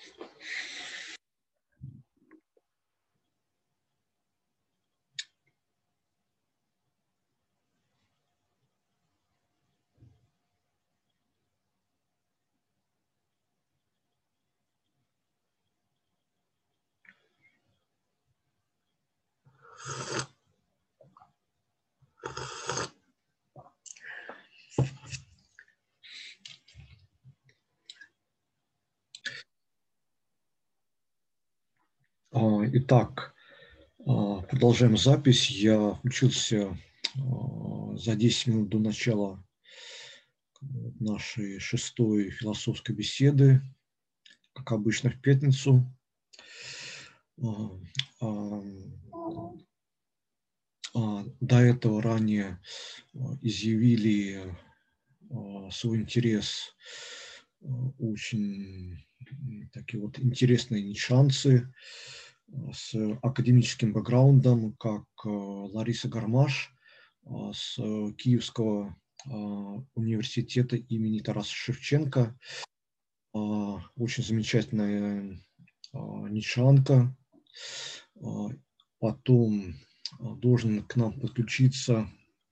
Итак, продолжаем запись. Я включился за 10 минут до начала нашей 6-й философской беседы, как обычно, в пятницу. До этого ранее изъявили свой интерес очень такие вот интересные нишанцы с академическим бэкграундом, как Лариса Гармаш с Киевского университета имени Тараса Шевченко. Очень замечательная нишанка. Потом должен к нам подключиться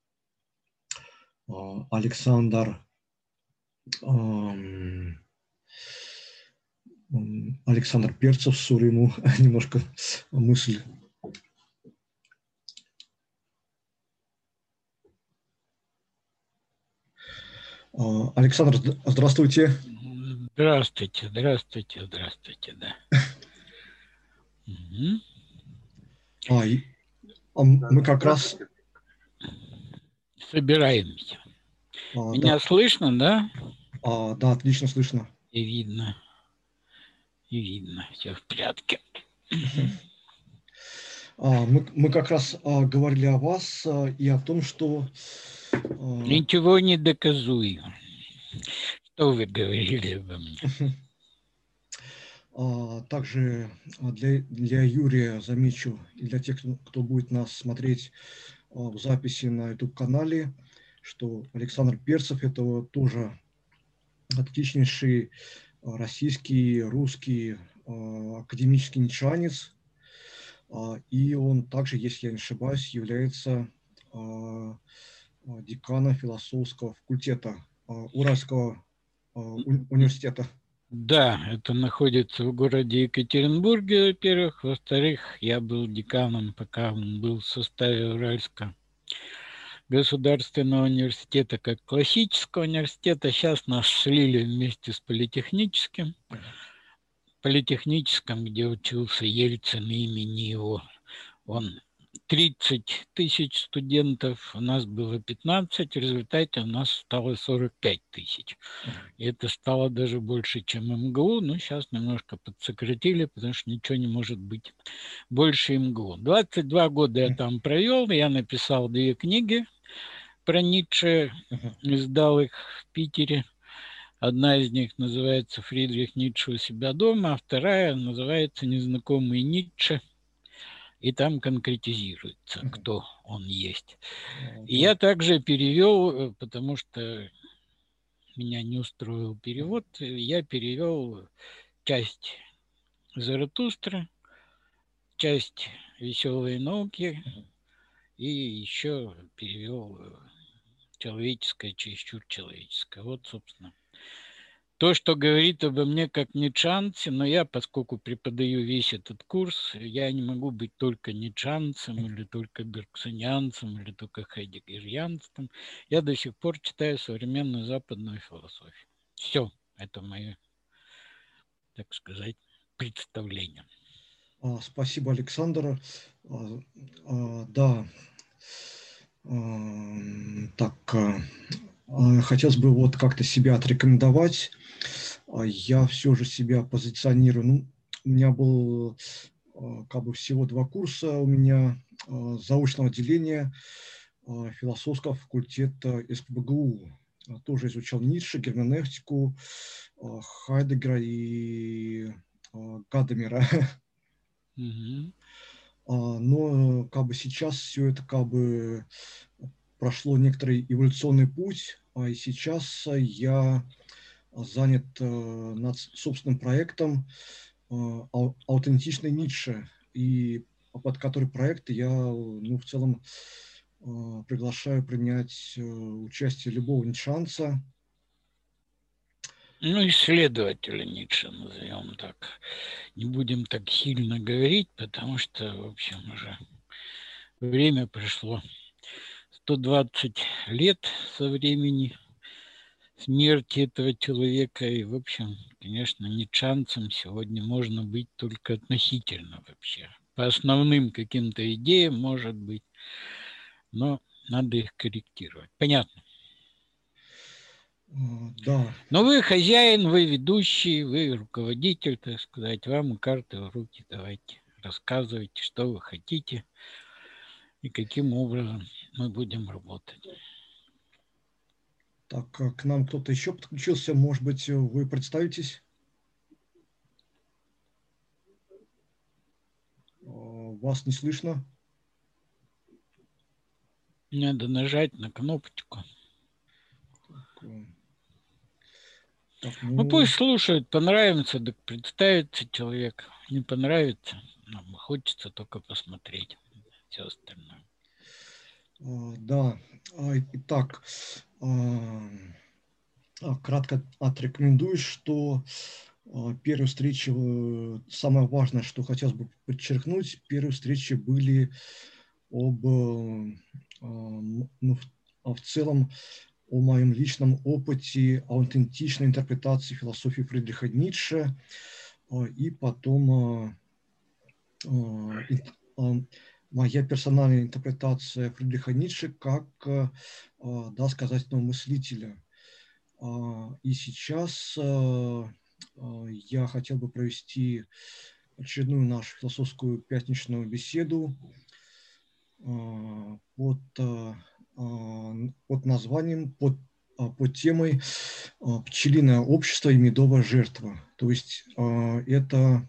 Александр Перцев. Сори, ему немножко мысль. Александр, здравствуйте. Здравствуйте, здравствуйте, здравствуйте, да. Мы как раз собираемся. Меня слышно, да? Да, отлично слышно. И видно. Все в порядке. Мы как раз говорили о вас и о том, что... Ничего не доказую. Что вы говорили обо мне? Также для Юрия замечу, и для тех, кто будет нас смотреть в записи на YouTube-канале, что Александр Перцев – это тоже отличнейший российский, русский академический нишанец. И он также, если я не ошибаюсь, является деканом философского факультета Уральского университета. Да, это находится в городе Екатеринбурге, во-первых. Во-вторых, я был деканом, пока он был в составе Уральского государственного университета как классического университета. Сейчас нас слили вместе с политехническим. В политехническом, где учился Ельцин, имени его, он 30 тысяч студентов, у нас было 15, в результате у нас стало 45 тысяч. И это стало даже больше, чем МГУ, но сейчас немножко подсократили, потому что ничего не может быть больше МГУ. 22 года я там провел, я написал 2 книги про Ницше, издал их в Питере. Одна из них называется «Фридрих Ницше у себя дома», а вторая называется «Незнакомый Ницше». И там конкретизируется, кто он есть. И я также перевел, потому что меня не устроил перевод, я перевел часть Заратустры, часть «Веселой науки» и еще перевел «Человеческое, чересчур человеческое». Вот, собственно, то, что говорит обо мне как ницшанце, но я, поскольку преподаю весь этот курс, я не могу быть только ницшанцем или только бергсонианцем или только хайдеггерьянцем. Я до сих пор читаю современную западную философию. Все, это мое, так сказать, представление. Спасибо, Александр. Да. Так, хотелось бы вот как-то себя отрекомендовать. Я все же себя позиционирую. Ну, у меня было как бы всего 2 курса у меня заочного отделения философского факультета СПбГУ. Тоже изучал Ницше, герменевтику, Хайдеггера и Гадамера. Но как бы сейчас все это как бы прошло некоторый эволюционный путь, и сейчас я занят над собственным проектом «Аутентичный Ницше», и под который проект я, ну, в целом приглашаю принять участие любого ницшанца. Ну, исследователя Ницше, назовем так. Не будем так сильно говорить, потому что, в общем, уже время пришло. 120 лет со времени смерти этого человека. И, в общем, конечно, ницшанцем сегодня можно быть только относительно вообще. По основным каким-то идеям, может быть, но надо их корректировать. Понятно. Да. Но вы хозяин, вы ведущий, вы руководитель, так сказать. Вам и карты в руки. Давайте рассказывайте, что вы хотите и каким образом мы будем работать. Так, к нам кто-то еще подключился. Может быть, вы представитесь? Вас не слышно. Надо нажать на кнопочку. Так, Ну, пусть слушают, понравится, так представится человек. Не понравится, нам хочется только посмотреть все остальное. Да, итак, кратко отрекомендую, что первые встречи, самое важное, что хотелось бы подчеркнуть, первые встречи были ну, в целом о моем личном опыте аутентичной интерпретации философии Фридриха Ницше, и потом моя персональная интерпретация Фридриха Ницше как досказательного мыслителя. И сейчас я хотел бы провести очередную нашу философскую пятничную беседу под названием, под темой «Пчелиное общество и медовая жертва». То есть это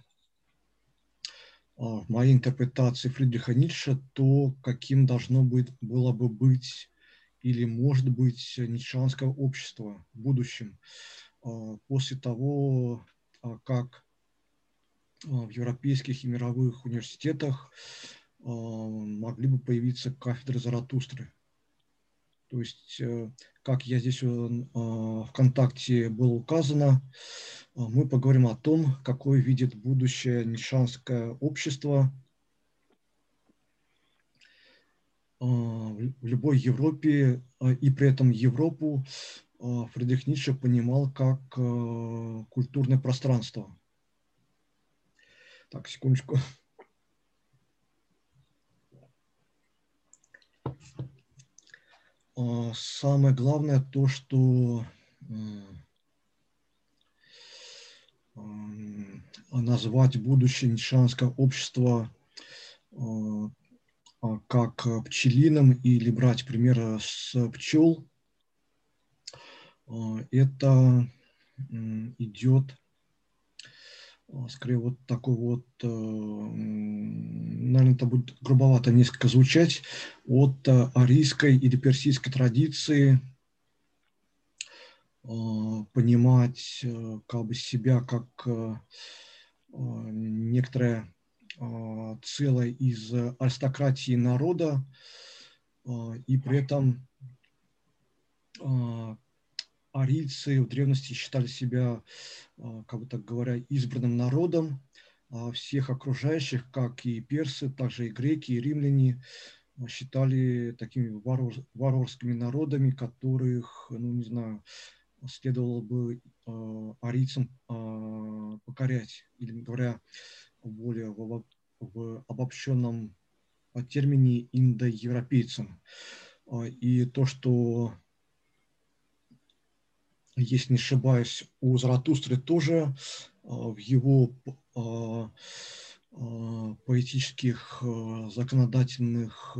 в моей интерпретации Фридриха Ницше то, каким должно было бы быть или может быть ницшеанское общество в будущем, после того, как в европейских и мировых университетах могли бы появиться кафедры Заратустры. То есть, как я здесь ВКонтакте было указано, мы поговорим о том, какое видит будущее ницшеанское общество в любой Европе, и при этом Европу Фридрих Ницше понимал как культурное пространство. Так, секундочку. Самое главное то, что назвать будущее ницшеанское общество как пчелиным или брать пример с пчел, это идет скорее вот такой вот, наверное, это будет грубовато несколько звучать, от арийской или персидской традиции понимать как бы себя как некоторое целое из аристократии народа, и при этом арийцы в древности считали себя, как бы так говоря, избранным народом, всех окружающих, как и персы, также и греки, и римляне, считали такими варварскими народами, которых, ну, не знаю, следовало бы арийцам покорять, или говоря более в обобщенном термине индоевропейцам. И то, что, если не ошибаюсь, у Заратустры тоже в его поэтических законодательных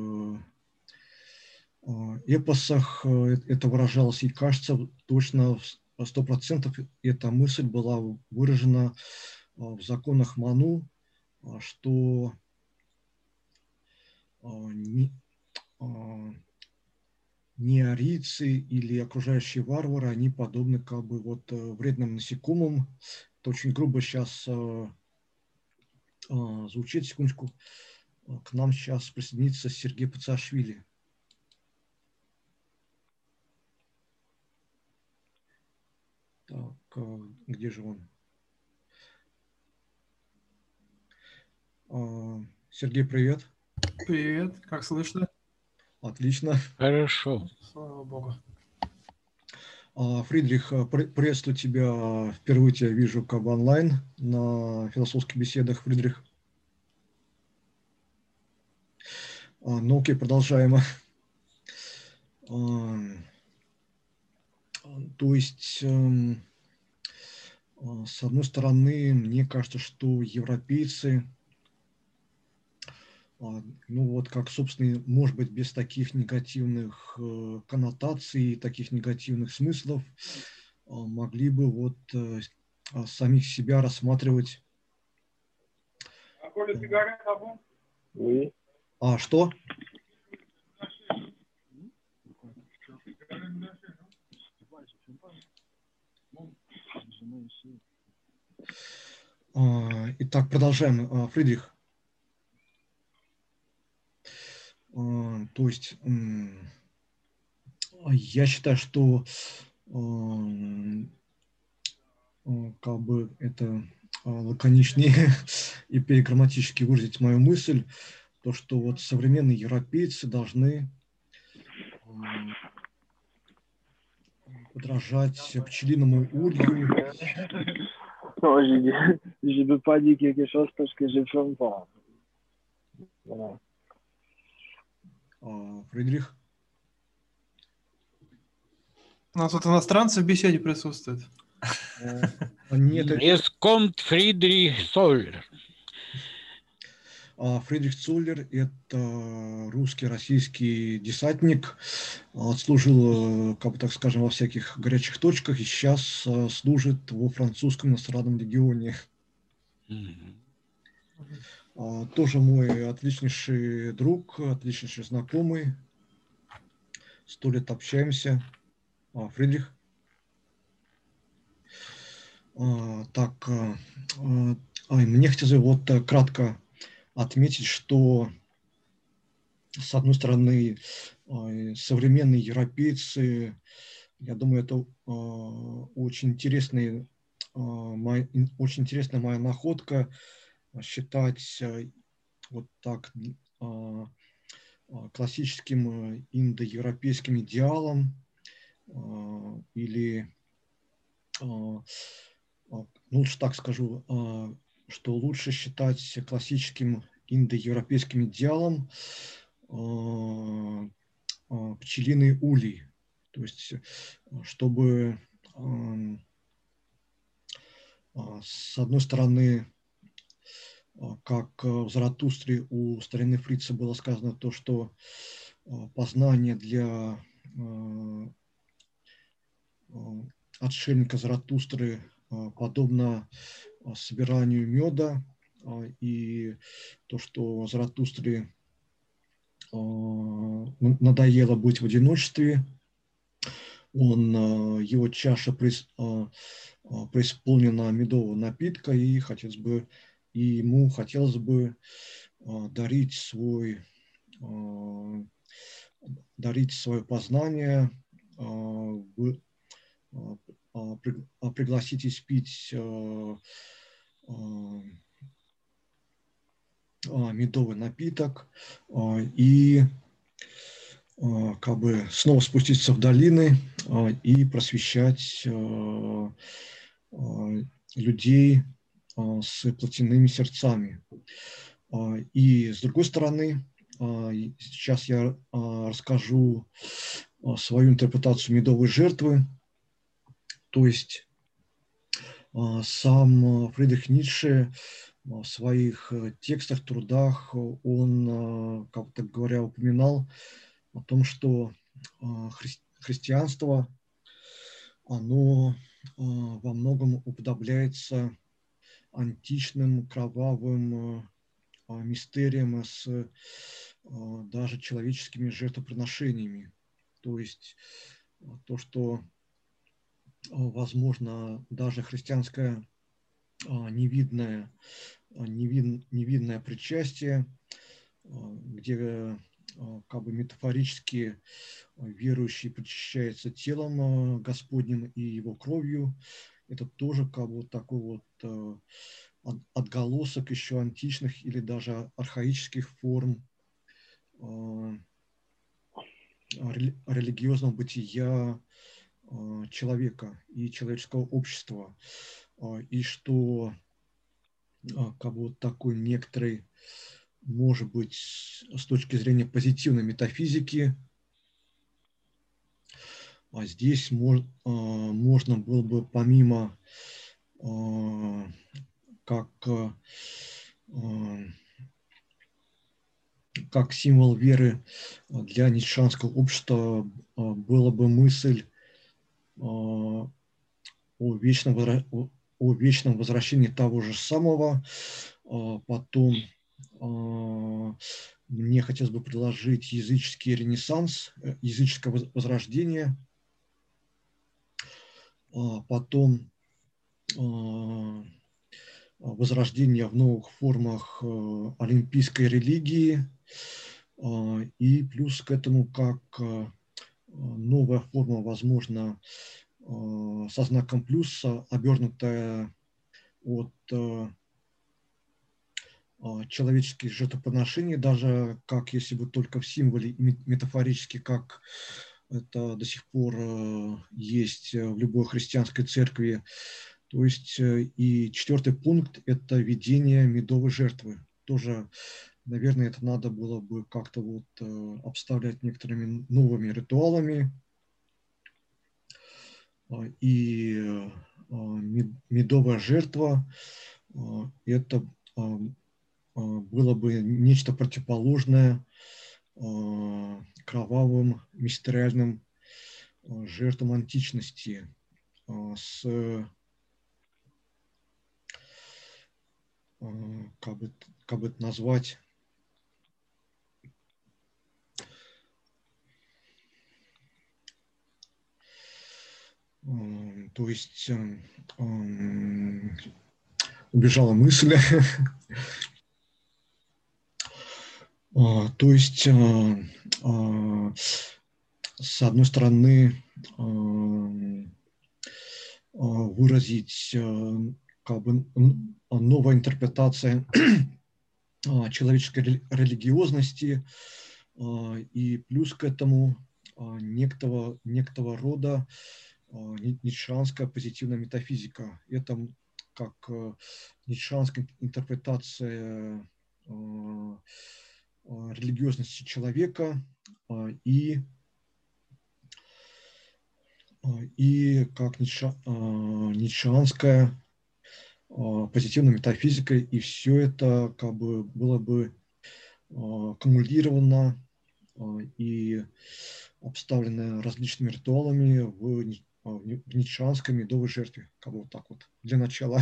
эпосах это выражалось, и кажется, точно 100% эта мысль была выражена в законах Ману, что неарийцы или окружающие варвары, они подобны как бы вот вредным насекомым. Это очень грубо сейчас звучит. Секундочку. К нам сейчас присоединится Сергей Пацашвили. Так, где же он? Сергей, привет. Привет, как слышно? Отлично. Хорошо. Слава богу. Фридрих, приветствую тебя. Впервые тебя вижу как бы онлайн на философских беседах, Фридрих. Ну окей, продолжаем. То есть, с одной стороны, мне кажется, что европейцы, ну вот как, собственно, может быть, без таких негативных коннотаций, таких негативных смыслов, могли бы вот самих себя рассматривать. Что? Итак, продолжаем. Фридрих. То есть я считаю, что как бы это лаконичнее и переграмматически выразить мою мысль, то, что вот современные европейцы должны подражать пчелиному улью. Non, je peux pas dire quelque chose parce que je ne fume pas. Voilà. Фридрих? У нас вот иностранцы в беседе присутствуют. Нет, Es kommt Friedrich Zoller. Фридрих Цоллер – это русский, российский десантник, отслужил, как бы так скажем, во всяких горячих точках и сейчас служит во французском иностранном легионе. Тоже мой отличнейший друг, отличнейший знакомый. 100 лет общаемся. Фридрих. Так, мне хотелось вот кратко отметить, что, с одной стороны, современные европейцы, я думаю, это очень интересная моя находка, считать вот так классическим индоевропейским идеалом или, лучше так скажу, что лучше считать классическим индоевропейским идеалом пчелиный улей. То есть, чтобы с одной стороны, как в Заратустре у старины Фрица было сказано, то, что познание для отшельника Заратустры подобно собиранию меда, и то, что Заратустре надоело быть в одиночестве, его чаша преисполнена медового напитка, и ему хотелось бы дарить свое познание, пригласить испить медовый напиток и как бы снова спуститься в долины и просвещать людей с плотяными сердцами. И с другой стороны, сейчас я расскажу свою интерпретацию медовой жертвы. То есть сам Фридрих Ницше в своих текстах, трудах, он, как так говоря, упоминал о том, что христианство, оно во многом уподобляется античным кровавым мистериям с даже человеческими жертвоприношениями. То есть то, что, возможно, даже христианское невидное причастие, где как бы метафорически верующий причащается телом Господним и его кровью, это тоже как бы вот такой вот отголосок еще античных или даже архаических форм религиозного бытия человека и человеческого общества. И что как бы вот такой некоторый, может быть, с точки зрения позитивной метафизики, здесь можно было бы помимо как символ веры для ницшанского общества была бы мысль о вечном возвращении того же самого. Потом мне хотелось бы предложить языческий ренессанс, языческое возрождение. Потом возрождение в новых формах олимпийской религии. И плюс к этому как новая форма, возможно, со знаком плюса, обернутая от человеческих жертвоприношений, даже как если бы только в символе и метафорически, как это до сих пор есть в любой христианской церкви. То есть и четвертый пункт – это ведение медовой жертвы. Тоже, наверное, это надо было бы как-то вот обставлять некоторыми новыми ритуалами. И медовая жертва – это было бы нечто противоположное кровавым мистериальным жертвам античности как бы это назвать, то есть убежала мысль. То есть, с одной стороны, выразить как бы новая интерпретация человеческой религиозности, и плюс к этому некого рода ницшанская позитивная метафизика. Это как ницшанская интерпретация религиозности человека и как ницшеанская позитивная метафизика, и все это как бы было бы кумулировано и обставлено различными ритуалами в ницшеанской медовой жертве, как бы вот так вот, для начала.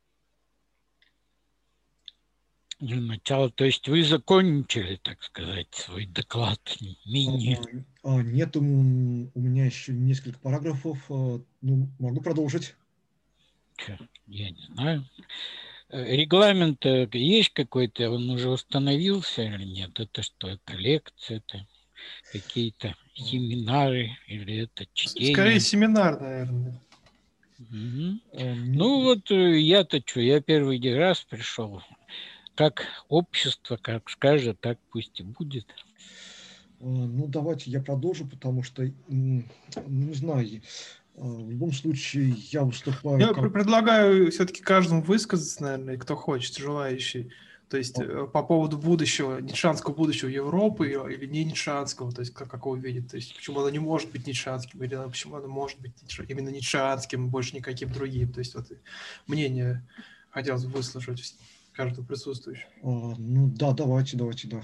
Для начала, то есть вы закончили, так сказать, свой доклад, мини. Нет, у меня еще несколько параграфов. Ну, могу продолжить. Я не знаю. Регламент есть какой-то, он уже установился или нет? Это что, это лекции, это какие-то семинары или это чтение? Скорее семинар, наверное. Угу. Ну вот я-то что, я первый раз пришел. Как общество, как скажет, так пусть и будет. Ну, давайте я продолжу, потому что, не знаю, в любом случае я выступаю... Я предлагаю все-таки каждому высказаться, наверное, кто хочет, желающий. То есть по поводу будущего, ницшанского будущего Европы или не ницшанского, то есть как его видит, то есть почему оно не может быть ницшанским, или почему оно может быть именно ницшанским, больше никаким другим. То есть вот мнение хотелось бы выслушать каждого присутствующего. Ну да, давайте, да.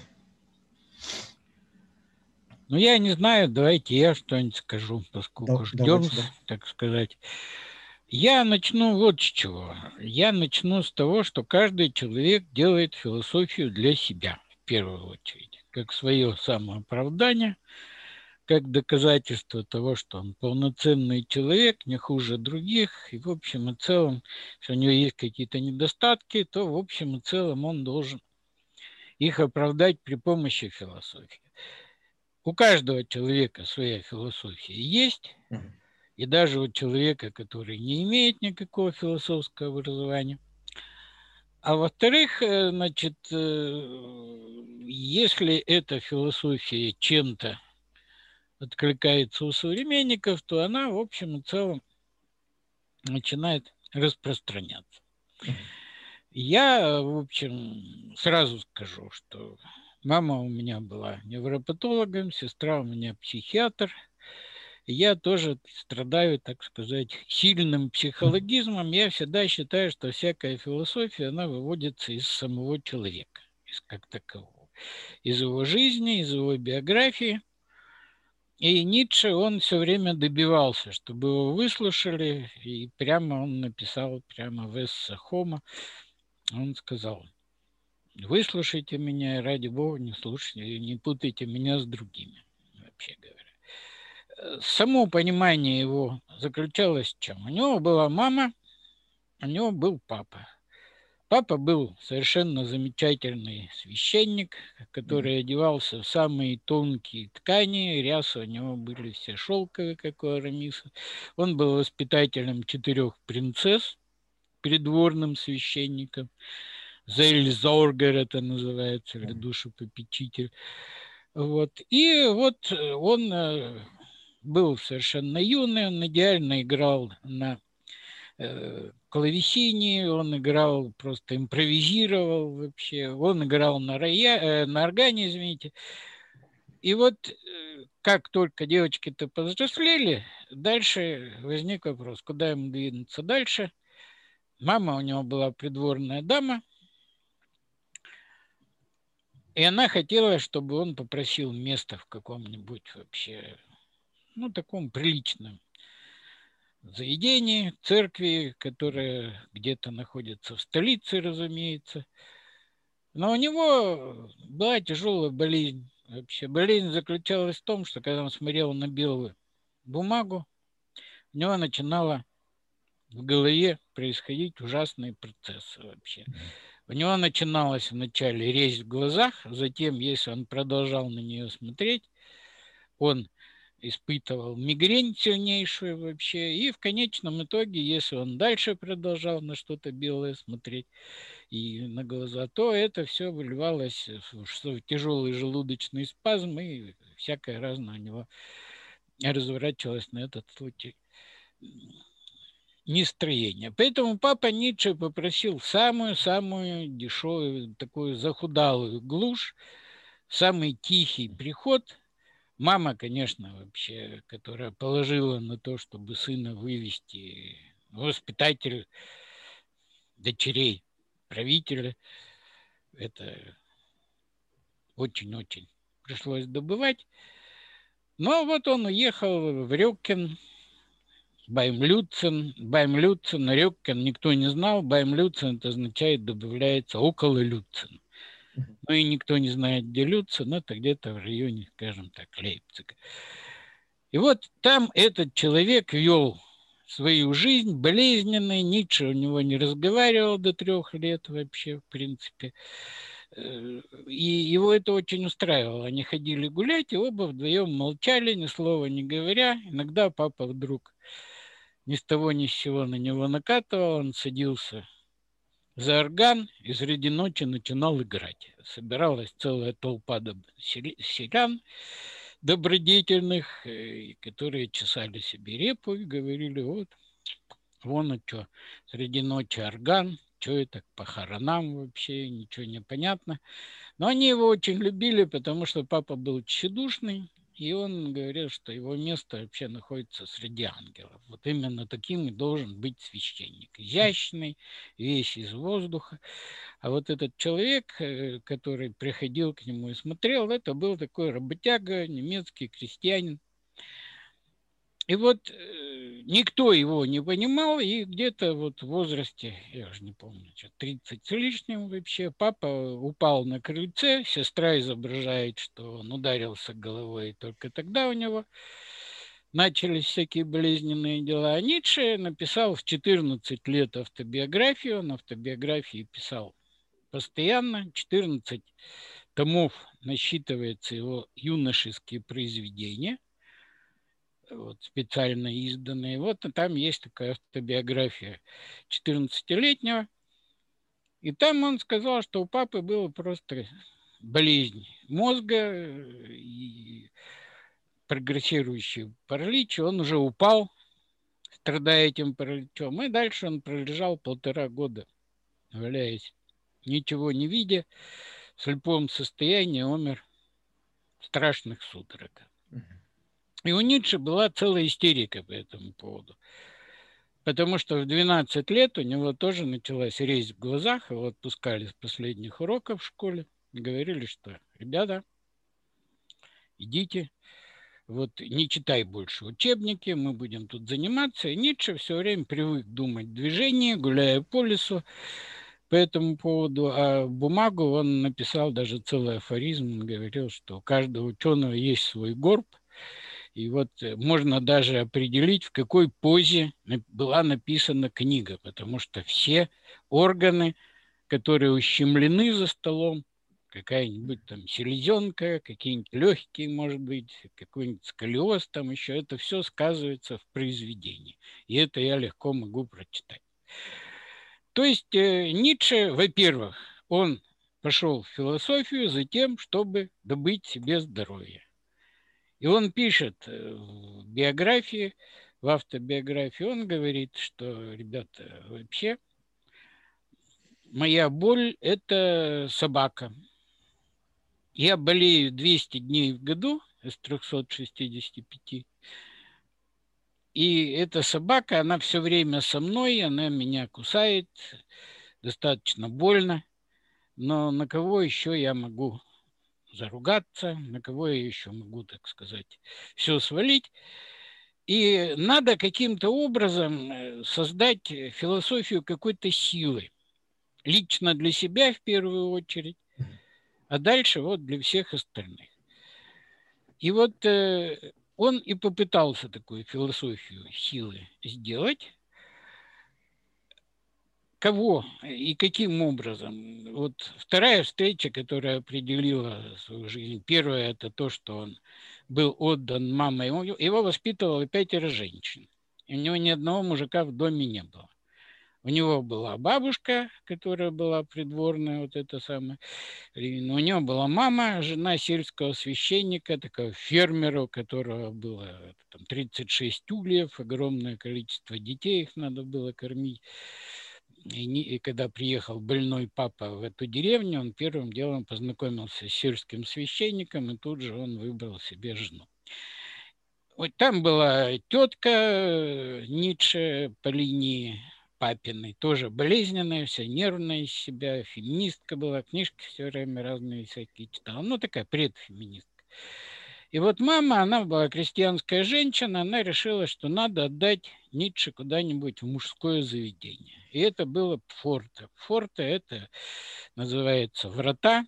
Ну, я не знаю, давайте я что-нибудь скажу, поскольку ждем, так сказать. Я начну вот с чего. Я начну с того, что каждый человек делает философию для себя, в первую очередь, как свое самооправдание, как доказательство того, что он полноценный человек, не хуже других, и в общем и целом, если у него есть какие-то недостатки, то в общем и целом он должен их оправдать при помощи философии. У каждого человека своя философия есть, и даже у человека, который не имеет никакого философского образования. А во-вторых, значит, если эта философия чем-то откликается у современников, то она, в общем и целом, начинает распространяться. Я, в общем, сразу скажу, что мама у меня была невропатологом, сестра у меня психиатр. И я тоже страдаю, так сказать, сильным психологизмом. Я всегда считаю, что всякая философия, она выводится из самого человека, из как такового, из его жизни, из его биографии. И Ницше, он все время добивался, чтобы его выслушали, и прямо он написал, прямо в эссе «Хома», он сказал: выслушайте меня, и ради бога, не слушайте, не путайте меня с другими, вообще говоря. Само понимание его заключалось в чем? У него была мама, у него был папа. Папа был совершенно замечательный священник, который одевался в самые тонкие ткани, рясы у него были все шелковые, как у Арамиса. Он был воспитателем 4 принцесс, придворным священником. Зельзоргер это называется, или душепопечитель. Вот. И вот он был совершенно юный, он идеально играл на клавесине, он играл, просто импровизировал вообще, он играл на органе, извините. И вот как только девочки-то повзрослели, дальше возник вопрос, куда ему двинуться дальше. Мама у него была придворная дама, и она хотела, чтобы он попросил место в каком-нибудь вообще, ну, таком приличном заведении, церкви, которая где-то находится в столице, разумеется. Но у него была тяжелая болезнь. Вообще болезнь заключалась в том, что когда он смотрел на белую бумагу, у него начинало в голове происходить ужасные процессы вообще. У него начиналось вначале резь в глазах, затем, если он продолжал на нее смотреть, он испытывал мигрень сильнейшую вообще, и в конечном итоге, если он дальше продолжал на что-то белое смотреть и на глаза, то это все выливалось в тяжелый желудочный спазм, и всякое разное у него разворачивалось на этот случай нестроение. Поэтому папа Ницше попросил самую-самую дешевую, такую захудалую глушь, самый тихий приход. Мама, конечно, вообще, которая положила на то, чтобы сына вывести, воспитатель дочерей правителя, это очень-очень пришлось добывать. Но вот он уехал в Рюккен, Баймлюцен, Рюккен никто не знал. Баймлюцен это означает добавляется около Люцена. Ну и никто не знает, где Люцен, это где-то в районе, скажем так, Лейпцига. И вот там этот человек вел свою жизнь болезненной. Ницше у него не разговаривал до 3 лет вообще, в принципе. И его это очень устраивало. Они ходили гулять, и оба вдвоем молчали, ни слова не говоря. Иногда папа вдруг ни с того ни с сего на него накатывал, он садился за орган и среди ночи начинал играть. Собиралась целая толпа селян добродетельных, которые чесали себе репу и говорили: вот, вон, а что, среди ночи орган, что это, к похоронам вообще, ничего не понятно. Но они его очень любили, потому что папа был тщедушный, и он говорил, что его место вообще находится среди ангелов. Вот именно таким и должен быть священник. Изящный, весь из воздуха. А вот этот человек, который приходил к нему и смотрел, это был такой работяга, немецкий крестьянин. И вот никто его не понимал, и где-то вот в возрасте, я уже не помню, 30 с лишним вообще, папа упал на крыльце, сестра изображает, что он ударился головой, и только тогда у него начались всякие болезненные дела. А Ницше написал в 14 лет автобиографию, он автобиографии писал постоянно, 14 томов насчитывается его юношеские произведения, вот, специально изданные. Вот и там есть такая автобиография 14-летнего. И там он сказал, что у папы было просто болезнь мозга и прогрессирующий паралич. Он уже упал, страдая этим параличом. И дальше он пролежал 1,5 года, валяясь, ничего не видя, в слепом состоянии, умер в страшных судорогах. И у Ницше была целая истерика по этому поводу. Потому что в 12 лет у него тоже началась резь в глазах, его отпускали с последних уроков в школе. И говорили, что, ребята, идите, вот не читай больше учебники, мы будем тут заниматься. И Ницше все время привык думать в движении, гуляя по лесу по этому поводу. А бумагу он написал даже целый афоризм. Он говорил, что у каждого ученого есть свой горб. И вот можно даже определить, в какой позе была написана книга, потому что все органы, которые ущемлены за столом, какая-нибудь там селезенка, какие-нибудь легкие, может быть, какой-нибудь сколиоз там еще, это все сказывается в произведении. И это я легко могу прочитать. То есть Ницше, во-первых, он пошел в философию за тем, чтобы добыть себе здоровье. И он пишет в биографии, в автобиографии, он говорит, что, ребята, вообще моя боль – это собака. Я болею 200 дней в году из 365. И эта собака, она все время со мной, она меня кусает, достаточно больно. Но на кого еще я могу заругаться, на кого я еще могу, так сказать, все свалить? И надо каким-то образом создать философию какой-то силы. Лично для себя в первую очередь, а дальше вот для всех остальных. И вот он и попытался такую философию силы сделать. Кого и каким образом? Вот вторая встреча, которая определила свою жизнь. Первая – это то, что он был отдан мамой. Его воспитывало 5 женщин. И у него ни одного мужика в доме не было. У него была бабушка, которая была придворная, вот это самое. У него была мама, жена сельского священника, такого фермера, у которого было там 36 ульев, огромное количество детей, их надо было кормить. И когда приехал больной папа в эту деревню, он первым делом познакомился с сельским священником, и тут же он выбрал себе жену. Вот там была тетка Ницше по линии папиной, тоже болезненная, вся нервная из себя, феминистка была, книжки все время разные всякие читала, ну такая предфеминистка. И вот мама, она была крестьянская женщина, она решила, что надо отдать Ницше куда-нибудь в мужское заведение. И это было Пфорте. Пфорте – это называется врата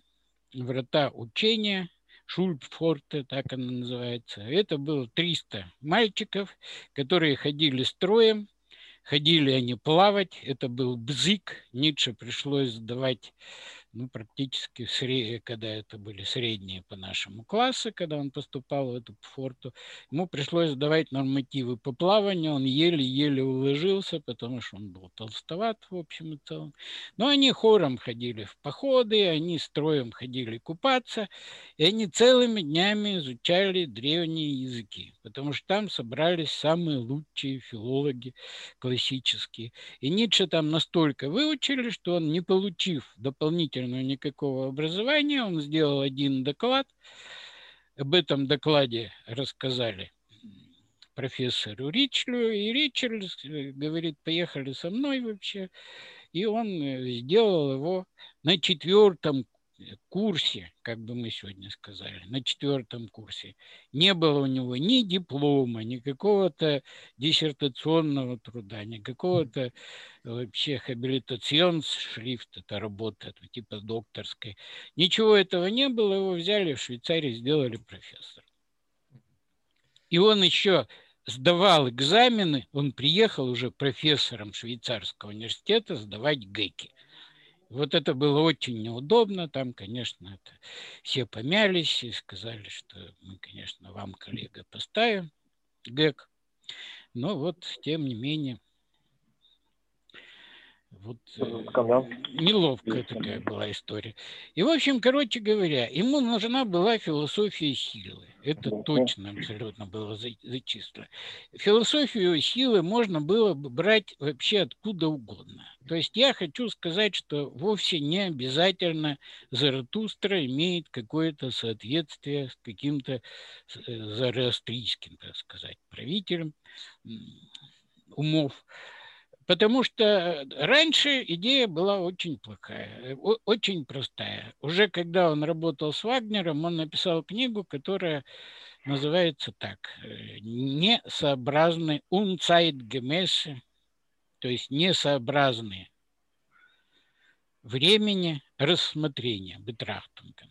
учения, Шульпфорте, так она называется. Это было 300 мальчиков, которые ходили строем, ходили они плавать. Это был бзик. Ницше пришлось сдавать практически, когда это были средние по нашему классы, когда он поступал в эту Пфорту, ему пришлось сдавать нормативы по плаванию, он еле-еле уложился, потому что он был толстоват в общем и целом. Но они хором ходили в походы, они строем ходили купаться, и они целыми днями изучали древние языки, потому что там собрались самые лучшие филологи классические. И Ницше там настолько выучили, что он, не получив дополнительного никакого образования, он сделал один доклад. Об этом докладе рассказали профессору Ричлю, и Ричель говорит: поехали со мной вообще. И он сделал его на 4-м курсе, как бы мы сегодня сказали, на 4-м курсе, не было у него ни диплома, ни какого-то диссертационного труда, ни какого-то вообще хабилитационс-шрифт, это работа типа докторской. Ничего этого не было, его взяли в Швейцарии, сделали профессором. И он еще сдавал экзамены, он приехал уже профессором швейцарского университета сдавать ГЭКи. Вот это было очень неудобно. Там, конечно, все помялись и сказали, что мы, конечно, вам, коллега, поставим ГЭК. Но вот, тем не менее, вот неловкая такая была история. И, в общем, короче говоря, ему нужна была философия силы. Это точно абсолютно было зачислено. Философию силы можно было бы брать вообще откуда угодно. То есть я хочу сказать, что вовсе не обязательно Заратустра имеет какое-то соответствие с каким-то зороастрийским, так сказать, правителем умов. Потому что раньше идея была очень плохая, очень простая. Уже когда он работал с Вагнером, он написал книгу, которая называется так: «Несообразные unzeitgemäße», то есть несообразные времени рассмотрения, betrachtungen.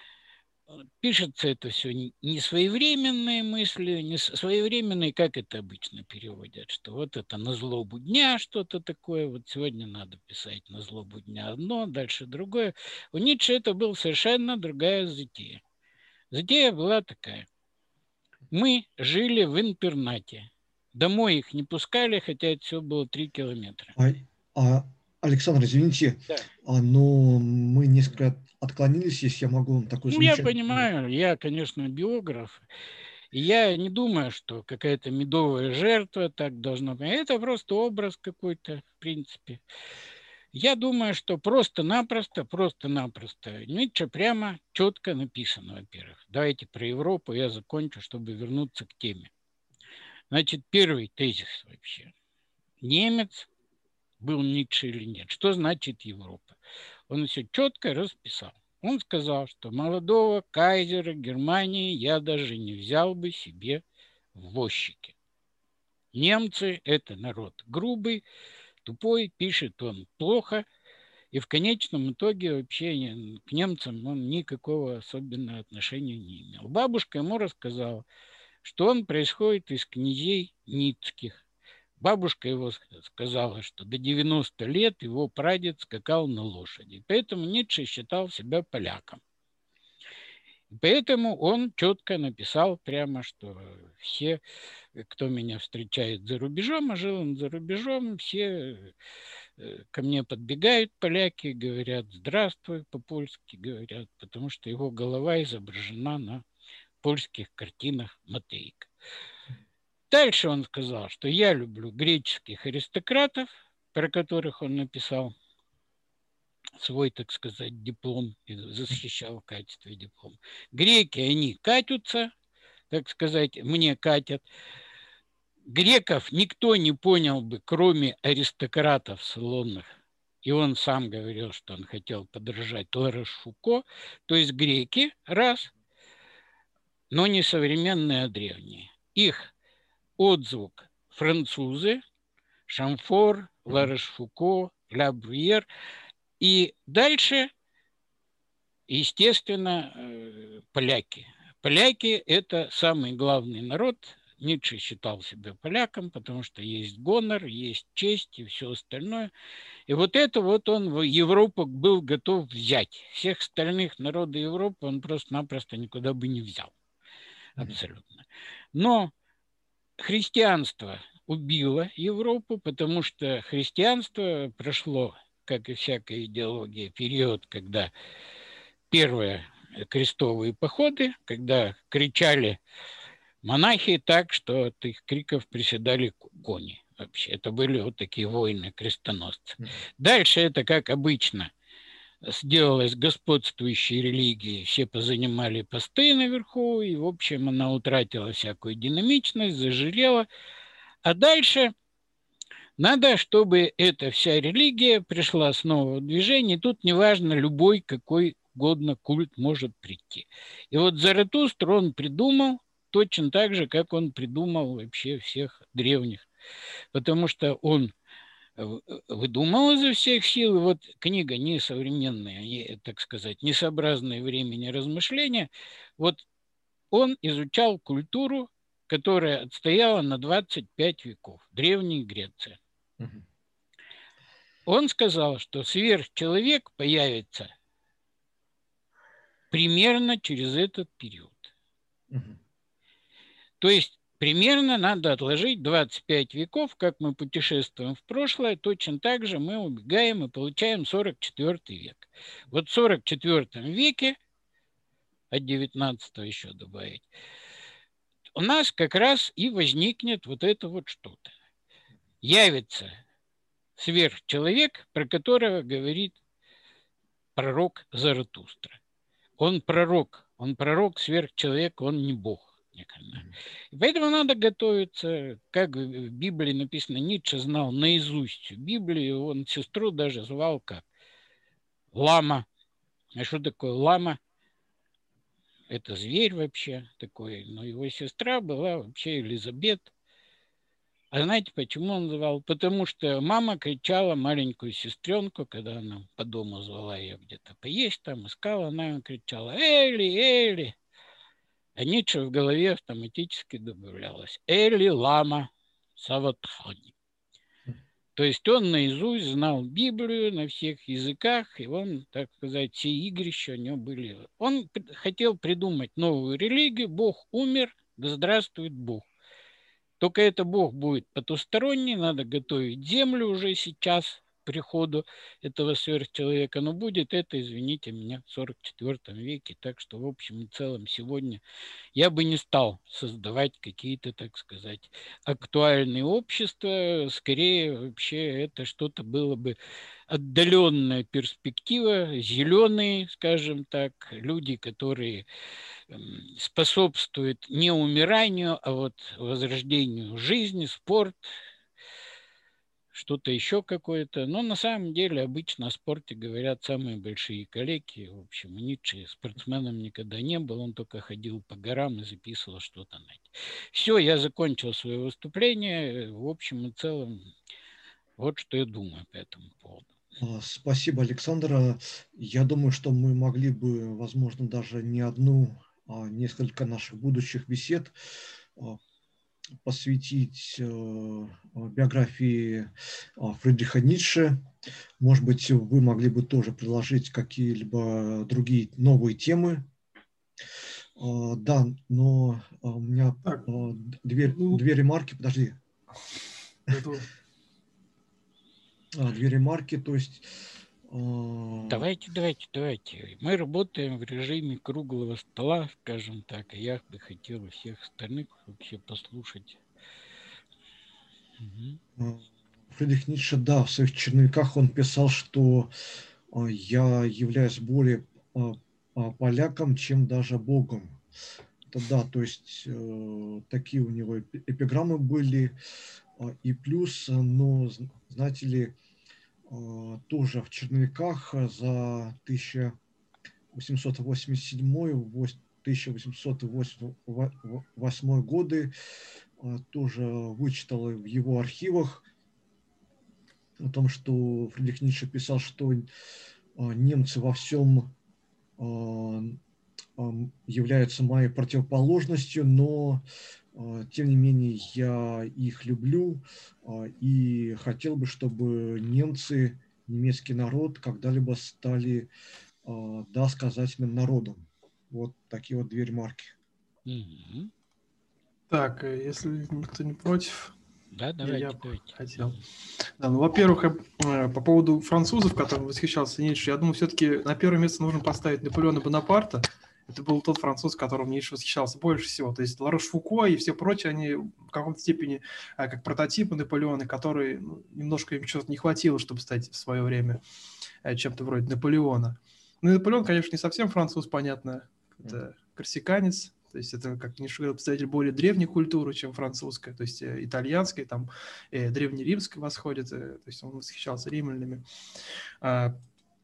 Пишется это все не своевременные мысли, не своевременные, как это обычно переводят, что вот это на злобу дня что-то такое, вот сегодня надо писать на злобу дня одно, дальше другое. У Ницше это была совершенно другая затея. Затея была такая. Мы жили в интернате. Домой их не пускали, хотя это все было 3 километра. Александр, извините, да. Но мы несколько отклонились, если я могу такой замечательный... Я понимаю, я, конечно, биограф, и я не думаю, что какая-то медовая жертва так должна быть. Это просто образ какой-то, в принципе. Я думаю, что просто-напросто Ницше прямо четко написано, во-первых. Давайте про Европу я закончу, чтобы вернуться к теме. Значит, первый тезис вообще. Немец был Ницше или нет? Что значит Европа? Он все четко расписал. Он сказал, что молодого кайзера Германии я даже не взял бы себе в возчики. Немцы – это народ грубый, тупой, пишет он плохо, и в конечном итоге вообще к немцам он никакого особенного отношения не имел. Бабушка ему рассказала, что он происходит из князей ницких. Бабушка его сказала, что до 90 лет его прадед скакал на лошади. Поэтому Ницше считал себя поляком. Поэтому он четко написал прямо, что все, кто меня встречает за рубежом, а жил он за рубежом, все ко мне подбегают поляки, говорят «здравствуй», по-польски говорят, потому что его голова изображена на польских картинах Матейка. Дальше он сказал, что я люблю греческих аристократов, про которых он написал свой, так сказать, диплом и защищал в качестве диплома. Греки, они катятся, так сказать, мне катят. Греков никто не понял бы, кроме аристократов салонных. И он сам говорил, что он хотел подражать Ларошфуко. То есть греки, раз, но не современные, а древние. Их отзвук французы, Шамфор, Ларошфуко, Ля Брюер. И дальше, естественно, поляки. Поляки – это самый главный народ. Ницше считал себя поляком, потому что есть гонор, есть честь и все остальное. И вот это вот он в Европу был готов взять. Всех остальных народов Европы он просто-напросто никуда бы не взял. Абсолютно. Но христианство убило Европу, потому что христианство прошло, как и всякая идеология, период, когда первые крестовые походы, когда кричали монахи так, что от их криков приседали кони. Вообще, это были вот такие воины-крестоносцы. Дальше это, как обычно, сделалась господствующей религией, все позанимали посты наверху, и, в общем, она утратила всякую динамичность, зажирела. А дальше надо, чтобы эта вся религия пришла снова в движение. Тут неважно любой какой угодно культ может прийти. И вот Заратустру он придумал точно так же, как он придумал вообще всех древних. Потому что он выдумал изо всех сил. И вот книга «Несовременные», так сказать, несообразные времени размышления, вот он изучал культуру, которая отстояла на 25 веков, Древней Греции. Он сказал, что сверхчеловек появится примерно через этот период. То есть примерно надо отложить 25 веков, как мы путешествуем в прошлое, точно так же мы убегаем и получаем 44 век. Вот в 44 веке, от 19 еще добавить, у нас как раз и возникнет вот это вот что-то. Явится сверхчеловек, про которого говорит пророк Заратустра. Он пророк сверхчеловек, он не Бог. И поэтому надо готовиться, как в Библии написано, Ницше знал наизусть Библию, он сестру даже звал как лама. А что такое лама? Это зверь вообще такой, но его сестра была вообще Елизабет. А знаете, почему он звал? Потому что мама кричала маленькую сестренку, когда она по дому звала ее где-то поесть, там искала, она кричала «Эли, Эли!». А Ницше в голове автоматически добавлялось «Эли лама саватхани». То есть он наизусть знал Библию на всех языках, и он, так сказать, все игрища у него были. Он хотел придумать новую религию, Бог умер, да здравствует Бог. Только это Бог будет потусторонний, надо готовить землю уже сейчас к приходу этого сверхчеловека. Но будет это, извините меня, в 44 веке. Так что, в общем и целом, сегодня я бы не стал создавать какие-то, так сказать, актуальные общества. Скорее, вообще, это что-то было бы отдаленная перспектива, зеленые, скажем так, люди, которые способствуют не умиранию, а вот возрождению жизни, спорт, что-то еще какое-то. Но на самом деле обычно о спорте говорят самые большие коллеги. В общем, Ницше спортсменом никогда не был, он только ходил по горам и записывал что-то на это. Все, я закончил свое выступление. В общем и целом, вот что я думаю по этому поводу. Спасибо, Александр. Я думаю, что мы могли бы, возможно, даже не одну, а несколько наших будущих бесед посвятить биографии Фридриха Ницше. Может быть, вы могли бы тоже предложить какие-либо другие новые темы. Да, но у меня две ремарки. Подожди. Две ремарки, то есть... Давайте. Мы работаем в режиме круглого стола, скажем так, и я бы хотел всех остальных вообще послушать. Фридрих Ницше, да, в своих черновиках он писал, что я являюсь более поляком, чем даже Богом. Это да, то есть такие у него эпиграммы были. И плюс, но, знаете ли, тоже в черновиках за 1887-1808 годы тоже вычитал в его архивах о том, что Фридрих Ницше писал, что немцы во всем являются моей противоположностью, но тем не менее я их люблю и хотел бы, чтобы немцы, немецкий народ когда-либо стали сказательным народом. Вот такие вот две ремарки. Так, если никто не против... Да, давайте. Я хотел. Да, ну, во-первых, по поводу французов, которым восхищался Ницше, я думаю, все-таки на первое место нужно поставить Наполеона Бонапарта. Это был тот француз, которым Ницше восхищался больше всего. То есть Ларош Фуко и все прочие, они в каком-то степени как прототипы Наполеона, которые немножко им чего-то не хватило, чтобы стать в свое время чем-то вроде Наполеона. Ну и Наполеон, конечно, не совсем француз, понятно. Это корсиканец. То есть это, как Ницше говорил, представитель более древней культуры, чем французская, то есть итальянской, там древнеримской восходит, то есть он восхищался римлянами.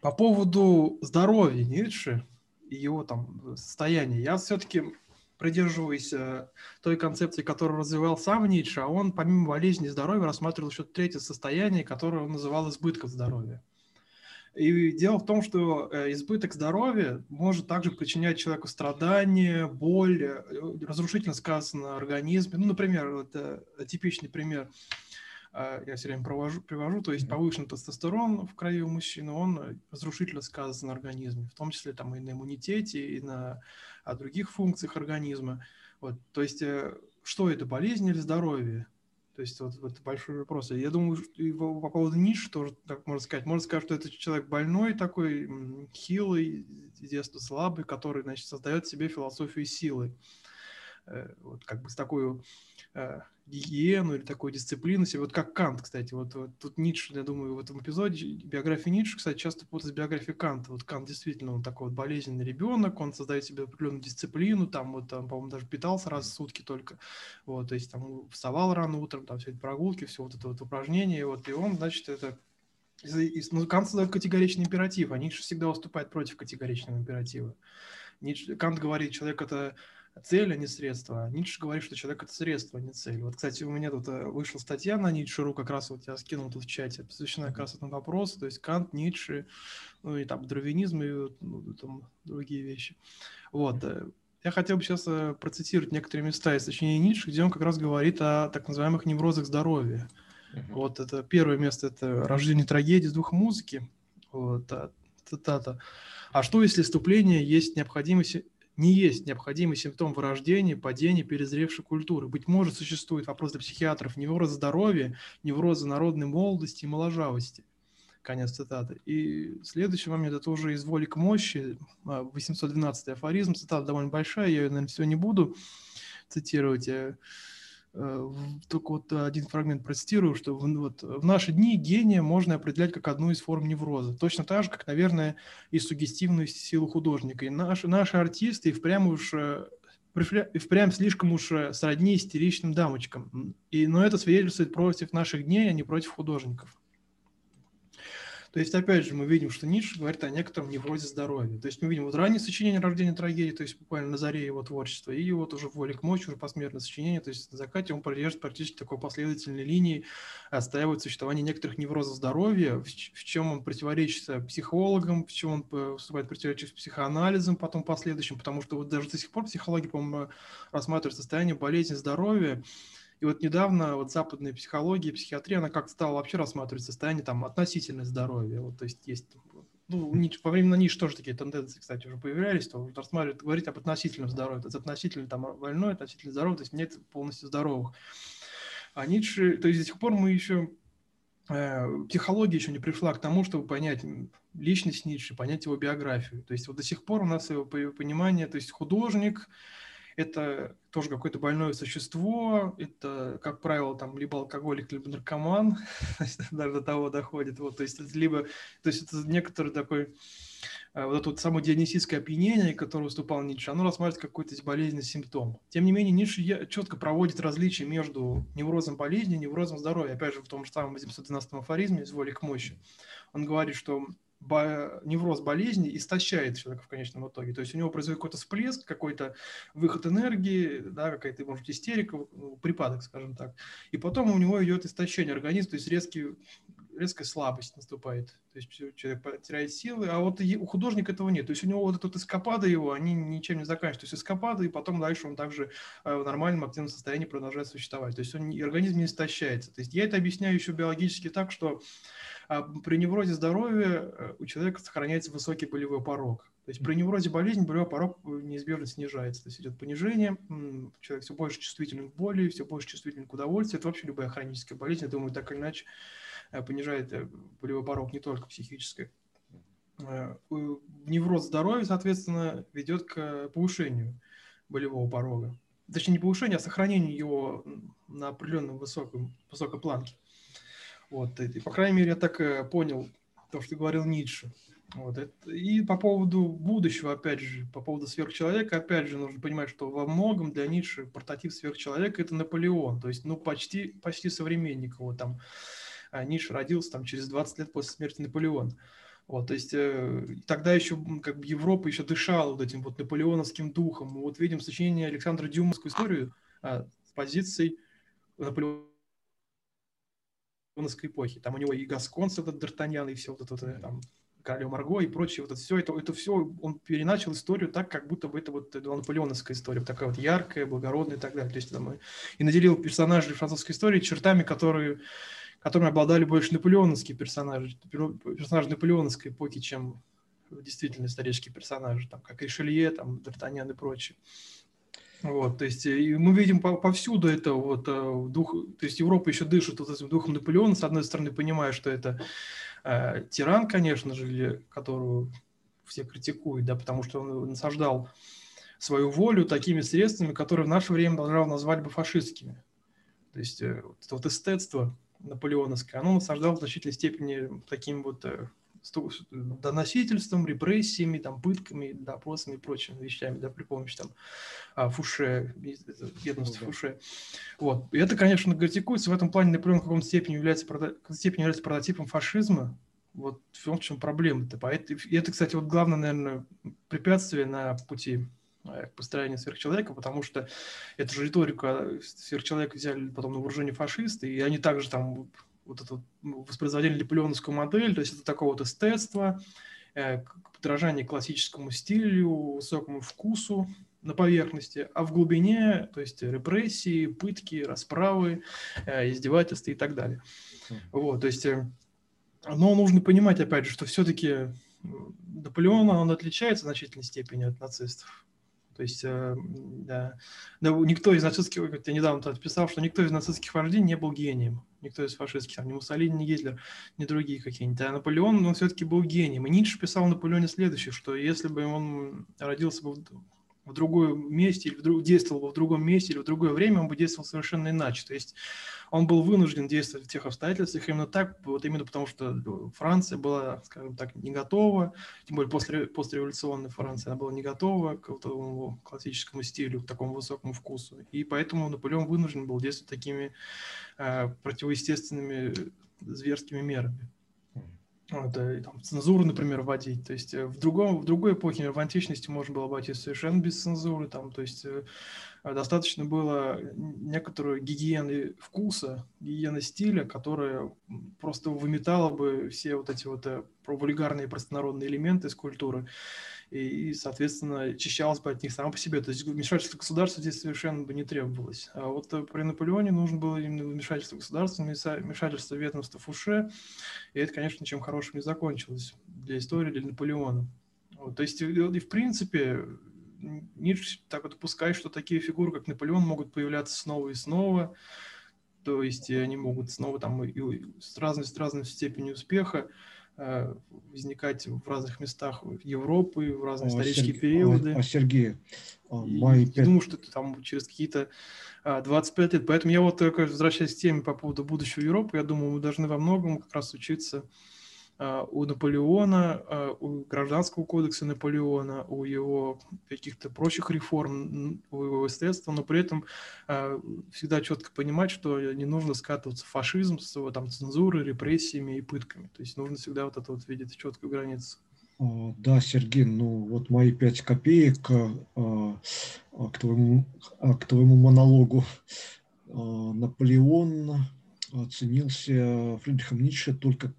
По поводу здоровья Ницше и его там состояния, я все-таки придерживаюсь той концепции, которую развивал сам Ницше, а он помимо болезни и здоровья рассматривал еще третье состояние, которое он называл избытком здоровья. И дело в том, что избыток здоровья может также причинять человеку страдания, боль, разрушительно сказано на организме. Ну, например, это типичный пример, я все время привожу, то есть повышенный тестостерон в крови у мужчины, он разрушительно сказывается на организме, в том числе там и на иммунитете, и на других функциях организма. Вот, то есть, что это, болезнь или здоровье? То есть вот это большой вопрос. Я думаю, что по поводу Ницше тоже так можно сказать. Можно сказать, что это человек больной такой, хилый, с детства слабый, который, значит, создает себе философию силы. Вот как бы с такой гигиену или такой дисциплину себе. Вот как Кант, кстати. Вот тут Ницше, я думаю, в этом эпизоде биографии Ницше, кстати, часто путают с биографией Канта. Вот Кант действительно, он такой вот болезненный ребенок, он создает себе определенную дисциплину, там, вот, там, по-моему, даже питался раз в сутки только. Вот, то есть там вставал рано утром, там все эти прогулки, все вот это вот упражнение, вот, и он, значит, это... Ну, Кант создает категоричный императив, а Ницше всегда выступает против категоричного императива. Кант говорит, человек это цель, а не средство. А Ницше говорит, что человек это средство, а не цель. Вот, кстати, у меня тут вышла статья на Ницше.ру, как раз вот я скинул тут в чате, посвящена как раз этому вопросу, то есть Кант, Ницше, ну и там дарвинизм и там другие вещи. Вот. Я хотел бы сейчас процитировать некоторые места из сочинения Ницше, где он как раз говорит о так называемых неврозах здоровья. Вот это первое место, это «Рождение трагедии с духа музыки». Вот, цитата. «А что, если вступление не есть необходимый симптом вырождения, падения перезревшей культуры? Быть может, существует вопрос для психиатров невроза здоровья, невроза народной молодости и моложавости». Конец цитаты. И следующий момент, это уже из «Воли к мощи», 812-й афоризм, цитата довольно большая, я ее, наверное, все не буду цитировать. Только вот один фрагмент процитирую, что вот в наши дни гения можно определять как одну из форм невроза. Точно так же, как, наверное, и суггестивную силу художника. И наши артисты и впрямь слишком уж сродни истеричным дамочкам. Но это свидетельствует против наших дней, а не против художников. То есть, опять же, мы видим, что Ницше говорит о некотором неврозе здоровья. То есть, мы видим вот раннее сочинение «Рождение трагедии», то есть, буквально на заре его творчества, и вот уже в «Воле к мощи», уже посмертное сочинение, то есть, на закате он придерживается практически такой последовательной линии, отстаивает существование некоторых неврозов здоровья, в чем он противоречит психологам, в чем он вступает в противоречие с психоанализом потом последующим, потому что вот даже до сих пор психология, по-моему, рассматривает состояние болезни здоровья. И вот недавно вот западная психология, психиатрия, она как-то стала вообще рассматривать состояние там относительное здоровья. Вот, то есть, ну, во времена Ницше тоже такие тенденции, кстати, уже появлялись, то рассматривать, говорить об относительном здоровье. То есть относительно там больной, относительно здоровый, то есть нет полностью здоровых. А Ницше, то есть до сих пор мы еще, психология еще не пришла к тому, чтобы понять личность Ницше, понять его биографию. То есть вот до сих пор у нас его понимание, то есть художник, это тоже какое-то больное существо, это, как правило, там либо алкоголик, либо наркоман, даже до того доходит. Вот, то есть это некоторый такой, вот это вот само дионисийское опьянение, которое выступал Ницше, оно рассматривается как какой-то болезненный симптом. Тем не менее, Ницше четко проводит различия между неврозом болезни и неврозом здоровья. Опять же, в том же самом 812-м афоризме «Из воли к мощи» он говорит, что невроз болезни истощает человека в конечном итоге. То есть у него происходит какой-то всплеск, какой-то выход энергии, да, какая-то, может, истерика, припадок, скажем так. И потом у него идет истощение организма, то есть резкая слабость наступает. То есть человек теряет силы, а вот у художника этого нет. То есть у него вот эта эскапада его, они ничем не заканчиваются. То есть эскапада, и потом дальше он также в нормальном активном состоянии продолжает существовать. То есть организм не истощается. То есть я это объясняю еще биологически так, что при неврозе здоровья у человека сохраняется высокий болевой порог. То есть при неврозе болезни болевой порог неизбежно снижается. То есть идет понижение, человек все больше чувствителен к боли, все больше чувствителен к удовольствию. Это вообще любая хроническая болезнь, я думаю, так или иначе понижает болевой порог, не только психический. Невроз здоровья, соответственно, ведет к повышению болевого порога. Точнее, не повышению, а сохранению его на определенном высокой планке. Вот, и, по крайней мере, я так понял то, что говорил Ницше. Вот, и по поводу будущего, опять же, по поводу сверхчеловека, опять же, нужно понимать, что во многом для Ницше прототип сверхчеловека – это Наполеон, то есть, ну, почти современник его там. Ницше родился там через 20 лет после смерти Наполеона. Вот, то есть тогда еще как бы Европа еще дышала вот этим вот наполеоновским духом. Мы вот видим сочинение Александра Дюмовскую историю с позиций наполеоновской эпохи. Там у него и Гасконс, этот Д'Артаньян, и все вот это там Королева Марго и прочее. Вот это все, он переначал историю так, как будто бы это вот была наполеоновская история, такая вот яркая, благородная и так далее. То есть там, и наделил персонажей французской истории чертами, которыми обладали больше наполеоновские персонажи наполеоновской эпохи, чем действительно исторические персонажи, там, как Ришелье, там, Д'Артаньян и прочее. Вот, то есть и мы видим повсюду это вот дух, то есть Европа еще дышит вот этим духом Наполеона, с одной стороны, понимая, что это тиран, конечно же, которого все критикуют, да, потому что он насаждал свою волю такими средствами, которые в наше время должны назвать бы фашистскими. То есть вот эстетство наполеоновское, оно насаждало в значительной степени таким вот доносительством, репрессиями, там, пытками, допросами и прочими вещами, да, при помощи там Фуше, ведомства Фуше. Вот. И это, конечно, критикуется. В этом плане Наполеон в каком-то степени является прототипом фашизма. Вот в чем проблема-то. И это, кстати, вот главное, наверное, препятствие на пути к построению сверхчеловека, потому что эту же риторику сверхчеловека взяли потом на вооружение фашисты, и они также там вот это воспроизводили наполеоновскую модель, то есть это такое вот эстетство, подражание классическому стилю, высокому вкусу на поверхности, а в глубине, то есть репрессии, пытки, расправы, издевательства и так далее. Вот, то есть, но нужно понимать, опять же, что все-таки Наполеон, он отличается в значительной степени от нацистов. То есть, да, никто из нацистских, я недавно писал, что никто из нацистских вождей не был гением. Никто из фашистских, там, ни Муссолини, ни Гитлер, ни другие какие-нибудь. А Наполеон, он все-таки был гением. И Ницше писал о Наполеоне следующее, что если бы он родился бы в другом месте, или действовал бы в другом месте, или в другое время, он бы действовал совершенно иначе. То есть он был вынужден действовать в тех обстоятельствах именно так, вот именно потому что Франция была, скажем так, не готова, тем более постреволюционная Франция, она была не готова к этому классическому стилю, к такому высокому вкусу. И поэтому Наполеон вынужден был действовать такими противоестественными зверскими мерами. Вот, там, цензуру, например, вводить. То есть в другой эпохе, в античности можно было обойтись совершенно без цензуры. Там, то есть достаточно было некоторой гигиены вкуса, гигиены стиля, которая просто выметала бы все вот эти вот вульгарные простонародные элементы из культуры и, соответственно, очищалась бы от них сама по себе. То есть вмешательство государства здесь совершенно бы не требовалось. А вот при Наполеоне нужно было именно вмешательство государства, вмешательство ведомства Фуше, и это, конечно, ничем хорошим не закончилось для истории, для Наполеона. Вот, то есть, и в принципе, Ницше так вот допускает, что такие фигуры, как Наполеон, могут появляться снова и снова, то есть они могут снова там и с разной степенью успеха возникать в разных местах Европы, в разные исторические периоды. Сергей, я думаю, что это там через какие-то 25 лет. Поэтому я вот, возвращаясь к теме по поводу будущего Европы, я думаю, мы должны во многом как раз учиться у Наполеона, у Гражданского кодекса Наполеона, у его каких-то прочих реформ, у его эстетства, но при этом всегда четко понимать, что не нужно скатываться в фашизм с его там цензурой, репрессиями и пытками. То есть нужно всегда вот это вот видеть четкую границу. Да, Сергей, ну вот мои 5 копеек к твоему монологу. Наполеон ценился Фридрихом Ницше только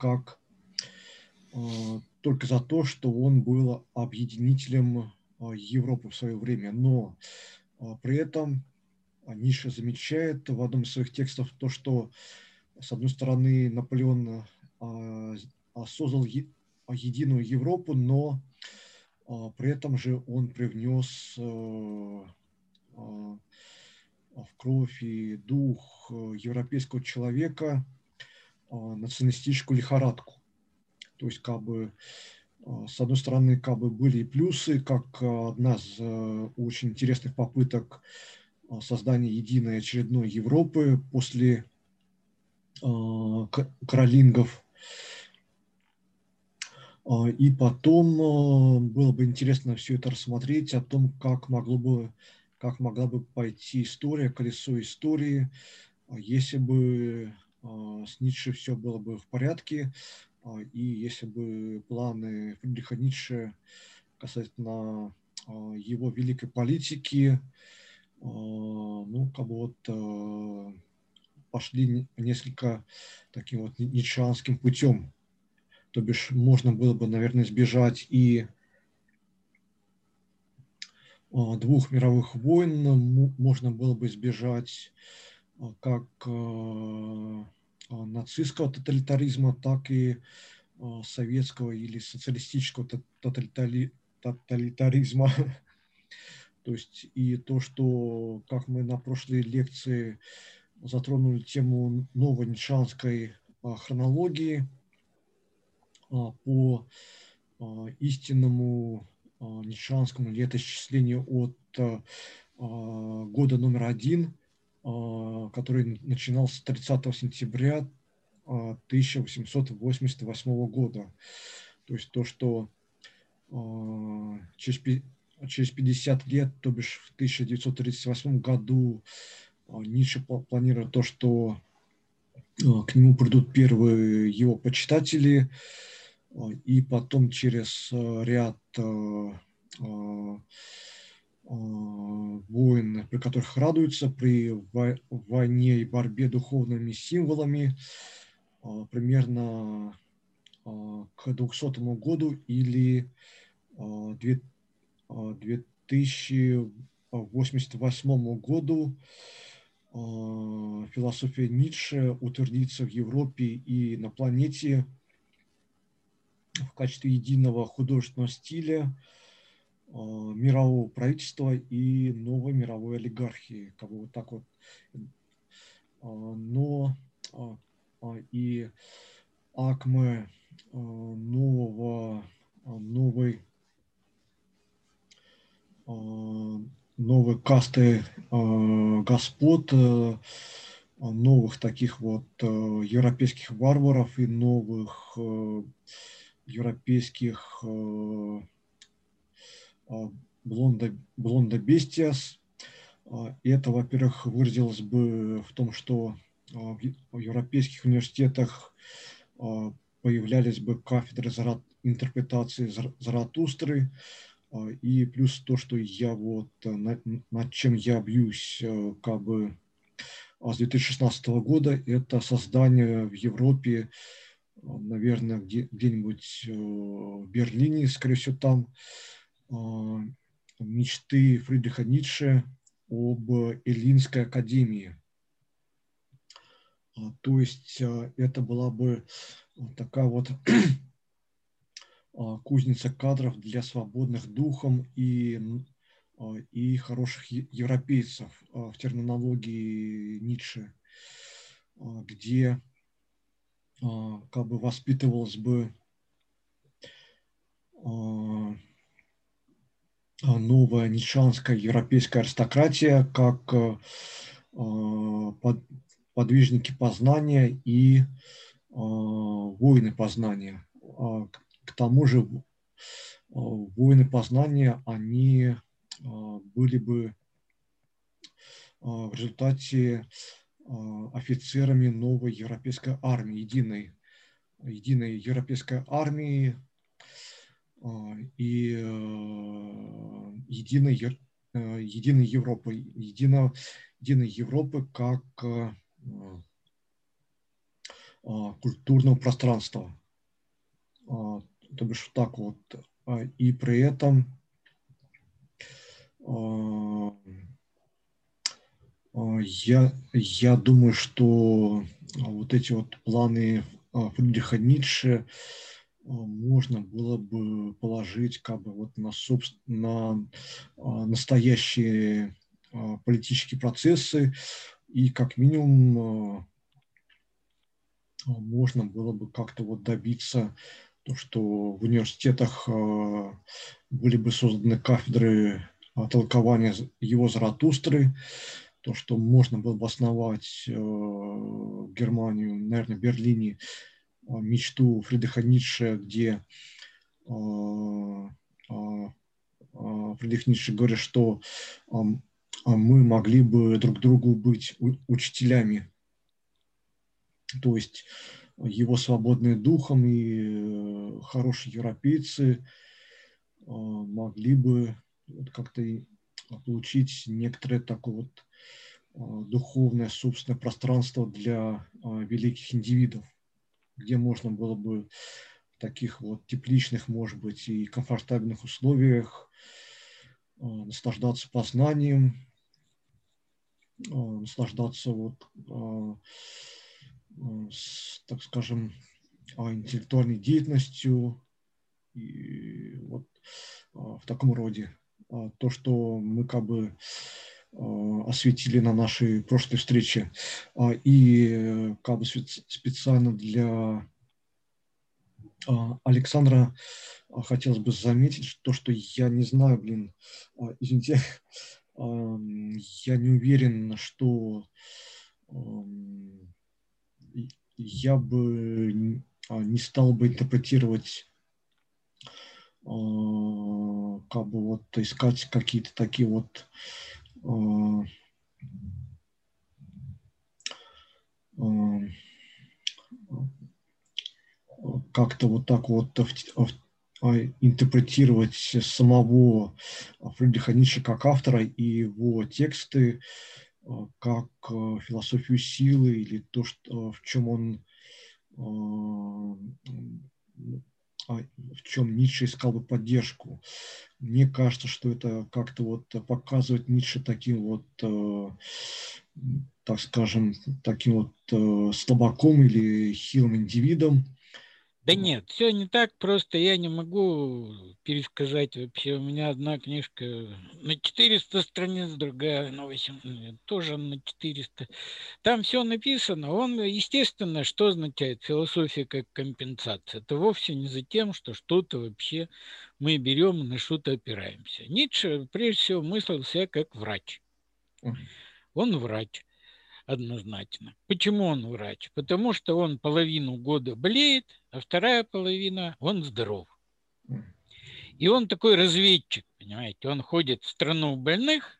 за то, что он был объединителем Европы в свое время. Но при этом Ницше замечает в одном из своих текстов то, что, с одной стороны, Наполеон создал единую Европу, но при этом же он привнес в кровь и дух европейского человека националистическую лихорадку. То есть, как бы, с одной стороны, как бы были и плюсы, как одна из очень интересных попыток создания единой очередной Европы после каролингов. И потом было бы интересно все это рассмотреть, о том, как могла бы пойти история, колесо истории, если бы с Ницше все было бы в порядке, И если бы планы Фридриха Ницше касательно его великой политики, ну, как бы вот пошли несколько таким вот ницшеанским путем. То бишь можно было бы, наверное, избежать и 2 мировых войн, можно было бы избежать как нацистского тоталитаризма, так и советского или социалистического тоталитаризма. То есть и то, что, как мы на прошлой лекции затронули тему новой ницшеанской хронологии по истинному ницшеанскому летоисчислению от года номер 1, который начинался 30 сентября 1888 года. То есть то, что через 50 лет, то бишь в 1938 году, Ницше планировал то, что к нему придут первые его почитатели, и потом через ряд войн, при которых радуются, при войне и борьбе духовными символами, примерно к 200 году или 2088 году философия Ницше утвердится в Европе и на планете в качестве единого художественного стиля, мирового правительства и новой мировой олигархии. Как бы вот так вот. Но и акме новой касты господ, новых таких вот европейских варваров и новых европейских блондобестиас. Это, во-первых, выразилось бы в том, что в европейских университетах появлялись бы кафедры интерпретации Заратустры, и плюс то, что я вот над чем я бьюсь как бы с 2016 года, это создание в Европе, наверное, где-нибудь в Берлине, скорее всего, там, мечты Фридриха Ницше об Эллинской академии. То есть это была бы такая вот кузница кадров для свободных духом и хороших европейцев в терминологии Ницше, где как бы воспитывалась бы новая ницшеанская европейская аристократия как подвижники познания и воины познания. К тому же воины познания, они были бы в результате офицерами новой европейской армии, единой европейской армии и единой Европы, единой Европы как культурного пространства. То бишь так вот. И при этом я думаю, что вот эти вот планы Фридриха Ницше можно было бы положить как бы вот на настоящие политические процессы, и как минимум можно было бы как-то вот добиться то, что в университетах были бы созданы кафедры толкования его Заратустры, то, что можно было бы основать в Германию, наверное, в Берлине, мечту Фридриха Ницше, где Фридрих Ницше говорит, что мы могли бы друг другу быть учителями. То есть его свободные духом и хорошие европейцы могли бы вот как-то получить некоторое такое вот духовное собственное пространство для великих индивидов, где можно было бы в таких вот тепличных, может быть, и комфортабельных условиях наслаждаться познанием, наслаждаться вот, так скажем, интеллектуальной деятельностью и вот в таком роде. То, что мы как бы осветили на нашей прошлой встрече. И как бы специально для Александра хотелось бы заметить то, что я не знаю, извините, я не уверен, что я бы не стал бы интерпретировать, как бы вот искать какие-то такие вот как-то вот так вот интерпретировать самого Фридриха Ницше как автора и его тексты как философию силы или то, что, в чем он, в чем Ницше искал бы поддержку. Мне кажется, что это как-то вот показывает Ницше таким вот, так скажем, таким вот слабаком или хилым индивидом. Да нет, все не так просто. Я не могу пересказать вообще. У меня одна книжка на 400 страниц, другая на 8, тоже на 400. Там все написано. Он, естественно, что означает философия как компенсация? Это вовсе не за тем, что что-то вообще мы берем и на что-то опираемся. Ницше, прежде всего, мыслил себя как врач. Он врач. Однозначно. Почему он врач? Потому что он половину года болеет, а вторая половина он здоров. И он такой разведчик, понимаете, он ходит в страну больных,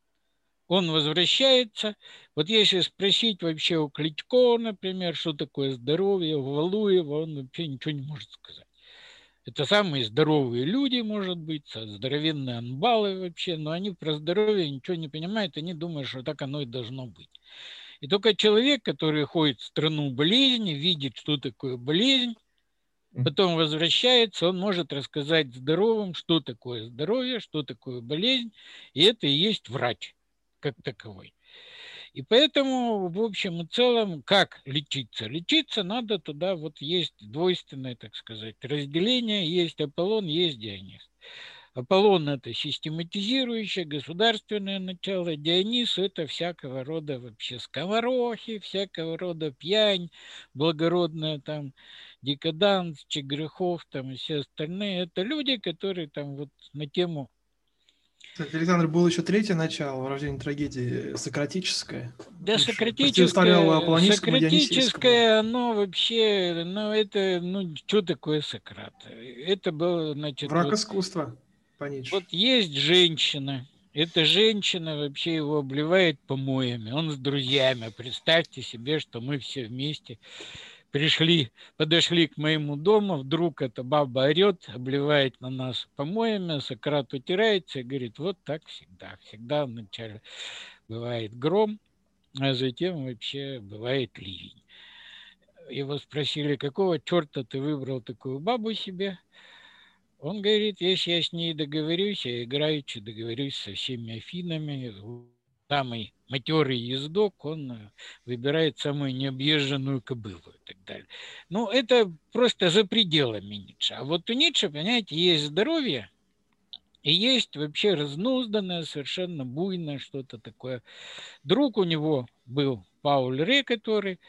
он возвращается. Вот если спросить вообще у Кличко, например, что такое здоровье, у Валуева, он вообще ничего не может сказать. Это самые здоровые люди, может быть, здоровенные анбалы вообще, но они про здоровье ничего не понимают, они думают, что так оно и должно быть. И только человек, который ходит в страну болезни, видит, что такое болезнь, потом возвращается, он может рассказать здоровым, что такое здоровье, что такое болезнь, и это и есть врач как таковой. И поэтому, в общем и целом, как лечиться? Лечиться надо туда, вот есть двойственное, так сказать, разделение, есть Аполлон, есть Дионис. Аполлон – это систематизирующее государственное начало, Дионис – это всякого рода вообще скоморохи, всякого рода пьянь, благородная там декаданс, Чегрехов там и все остальные. Это люди, которые там вот на тему... Кстати, Александр, было еще третье начало в рождении трагедии, сократическое. Да, Противоставляло аполлоническому и дионисийскому. сократическое, оно вообще, ну, это, ну, что такое Сократ? Это было, значит... Враг вот, искусства, по Ницше. Вот есть женщина, эта женщина вообще его обливает помоями, он с друзьями. Представьте себе, что мы все вместе подошли к моему дому, вдруг эта баба орет, обливает на нас помоями, Сократ утирается и говорит, вот так всегда. Всегда вначале бывает гром, а затем вообще бывает ливень. Его спросили, какого черта ты выбрал такую бабу себе? Он говорит, если я с ней договорюсь, я играючи договорюсь со всеми Афинами, самый матерый ездок, он выбирает самую необъезженную кобылу и так далее. Ну, это просто за пределами Ницше. А вот у Ницше, понимаете, есть здоровье, и есть вообще разнузданное, совершенно буйное что-то такое. Друг у него был Пауль Ре, который,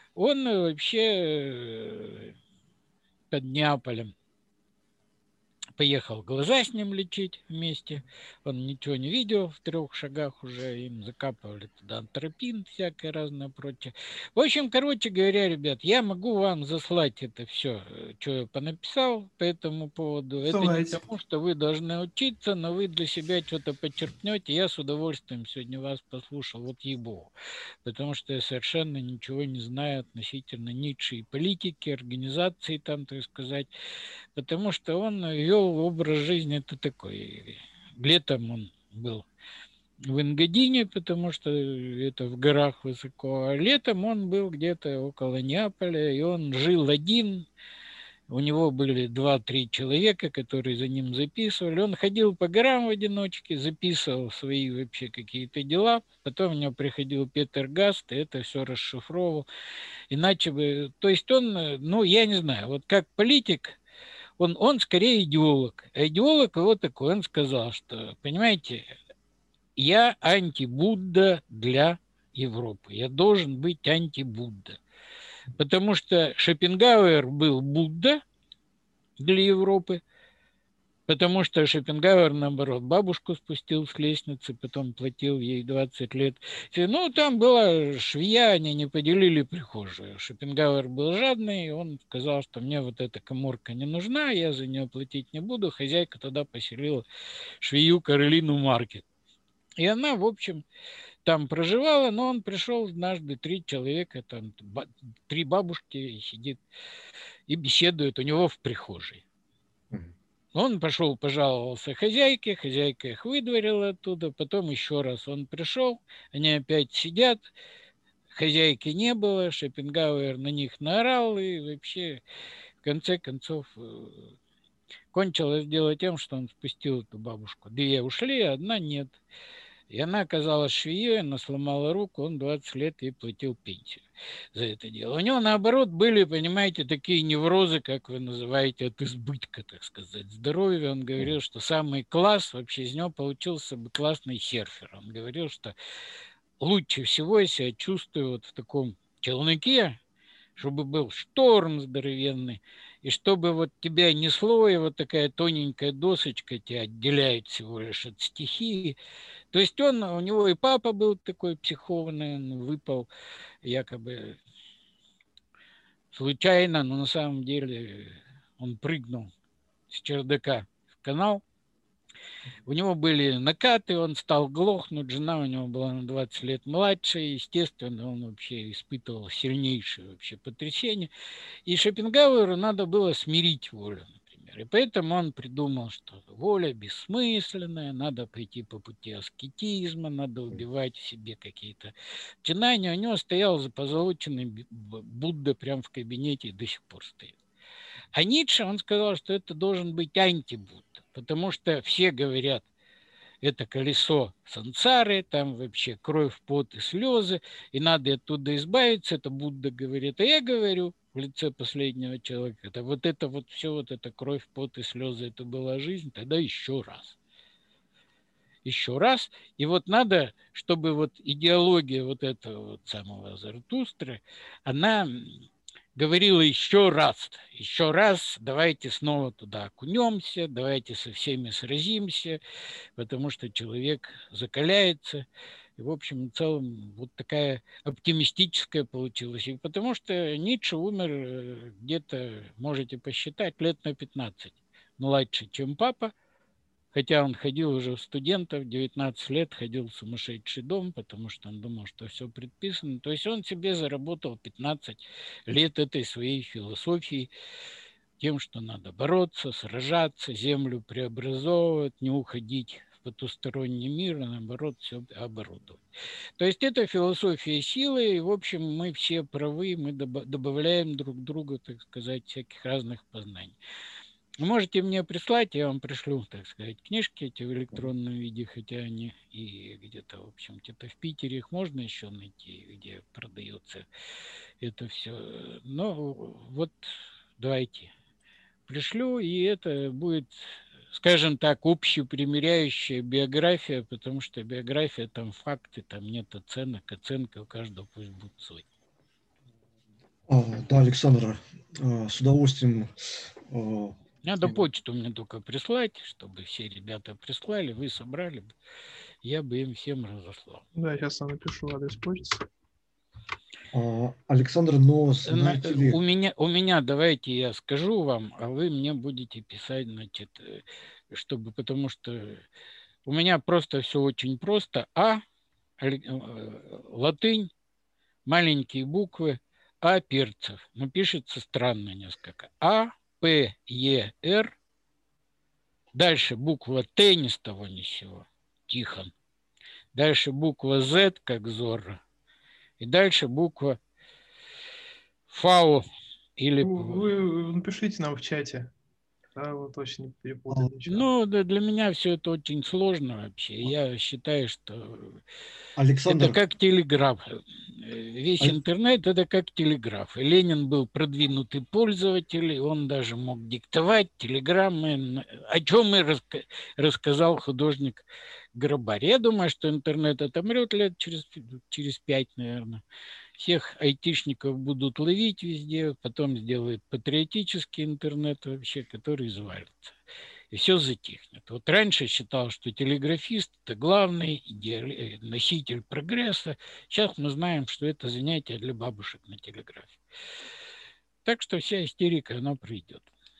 он вообще под Неаполем поехал глаза с ним лечить вместе. Он ничего не видел, в 3 шагах уже им закапывали туда антропин, всякое разное прочее. В общем, короче говоря, ребят, я могу вам заслать это все, что я понаписал по этому поводу. Это не Ссылайте. потому, что вы должны учиться, но вы для себя что-то подчеркнете. Я с удовольствием сегодня вас послушал, вот ей-богу. Потому что я совершенно ничего не знаю относительно Ницше и политики, организации там, так сказать. Потому что он вел образ жизни это такой. Летом он был в Энгадине, потому что это в горах высоко, а летом он был где-то около Неаполя, и он жил один. У него были 2-3 человека, которые за ним записывали. Он ходил по горам в одиночке, записывал свои вообще какие-то дела. Потом у него приходил Петер Гаст, и это все расшифровывал. Иначе бы... То есть он, ну, я не знаю, вот как политик, он скорее идеолог. А идеолог его такой, он сказал, что, понимаете, я анти-Будда для Европы. Я должен быть анти-Будда. Потому что Шопенгауэр был Будда для Европы, потому что Шопенгауэр, наоборот, бабушку спустил с лестницы, потом платил ей 20 лет. Ну, там была швея, они не поделили прихожую. Шопенгауэр был жадный, он сказал, что мне вот эта каморка не нужна, я за нее платить не буду. Хозяйка тогда поселила швею Каролину Маркет. И она, в общем, там проживала, но он пришел однажды, 3 человека, там 3 бабушки сидит и беседует у него в прихожей. Он пошел, пожаловался хозяйке, хозяйка их выдворила оттуда, потом еще раз он пришел, они опять сидят, хозяйки не было, Шопенгауэр на них наорал, и вообще, в конце концов, кончилось дело тем, что он спустил эту бабушку. 2 ушли, а 1 нет. И она оказалась швеей, она сломала руку, он 20 лет ей платил пенсию за это дело. У него, наоборот, были, понимаете, такие неврозы, как вы называете, от избытка, так сказать, здоровья. Он говорил, что самый класс, вообще из него получился бы классный серфер. Он говорил, что лучше всего я себя чувствую вот в таком челноке, чтобы был шторм здоровенный, и чтобы вот тебя несло, и вот такая тоненькая досочка тебя отделяет всего лишь от стихии. То есть у него и папа был такой психованный, он выпал якобы случайно, но на самом деле он прыгнул с чердака в канал. У него были накаты, он стал глохнуть, жена у него была на 20 лет младше, естественно, он вообще испытывал сильнейшее вообще потрясение. И Шопенгауэру надо было смирить волю, например. И поэтому он придумал, что воля бессмысленная, надо пойти по пути аскетизма, надо убивать в себе какие-то начинания. У него стоял позолоченный Будда прямо в кабинете и до сих пор стоит. А Ницше, он сказал, что это должен быть антибудда, потому что все говорят, это колесо сансары, там вообще кровь, пот и слезы, и надо оттуда избавиться, это Будда говорит. А я говорю в лице последнего человека, это вот все, вот это кровь, пот и слезы, это была жизнь, тогда еще раз. Еще раз. И вот надо, чтобы вот идеология вот этого вот самого Заратустры, она говорила еще раз, давайте снова туда окунемся, давайте со всеми сразимся, потому что человек закаляется. И, в общем, в целом, вот такая оптимистическая получилась. И потому что Ницше умер где-то, можете посчитать, лет на 15 младше, чем папа. Хотя он ходил уже в студентов, 19 лет ходил в сумасшедший дом, потому что он думал, что все предписано. То есть он себе заработал 15 лет этой своей философии, тем, что надо бороться, сражаться, землю преобразовывать, не уходить в потусторонний мир, а наоборот все оборудовать. То есть это философия силы, и, в общем, мы все правы, мы добавляем друг другу, так сказать, всяких разных познаний. Можете мне прислать, я вам пришлю, так сказать, книжки эти в электронном виде, хотя они и где-то, в общем, где-то в Питере их можно еще найти, где продается это все. Но вот давайте пришлю, и это будет, скажем так, общепримиряющая биография, потому что биография, там факты, там нет оценок, оценка у каждого пусть будет свой. Да, Александр, с удовольствием Надо почту мне только прислать, чтобы все ребята прислали, вы собрали бы, я бы им всем разослал. Да, я сейчас напишу адрес почты. Александр, но знаете ли... У меня, давайте я скажу вам, а вы мне будете писать, значит, чтобы, потому что у меня просто все очень просто. Латынь, маленькие буквы, А Перцев. Но пишется странно несколько. А, П, Е, Р. Дальше буква Т ни с того ни с сего. Тихон. Дальше буква З, как Зорро. И дальше буква Фау. Или... Вы напишите нам в чате. Да, вот точно не перепутать ничего. Ну, да, для меня все это очень сложно вообще. Я считаю, что Александр, это как телеграф. Весь интернет – это как телеграф. И Ленин был продвинутый пользователь, и он даже мог диктовать телеграммы, о чем и рассказал художник Грабарь. Я думаю, что интернет отомрет лет через 5, наверное. Всех айтишников будут ловить везде, потом сделают патриотический интернет вообще, который извалится. И все затихнет. Вот раньше считал, что телеграфист – это главный носитель прогресса. Сейчас мы знаем, что это занятие для бабушек на телеграфе. Так что вся истерика, она пройдет.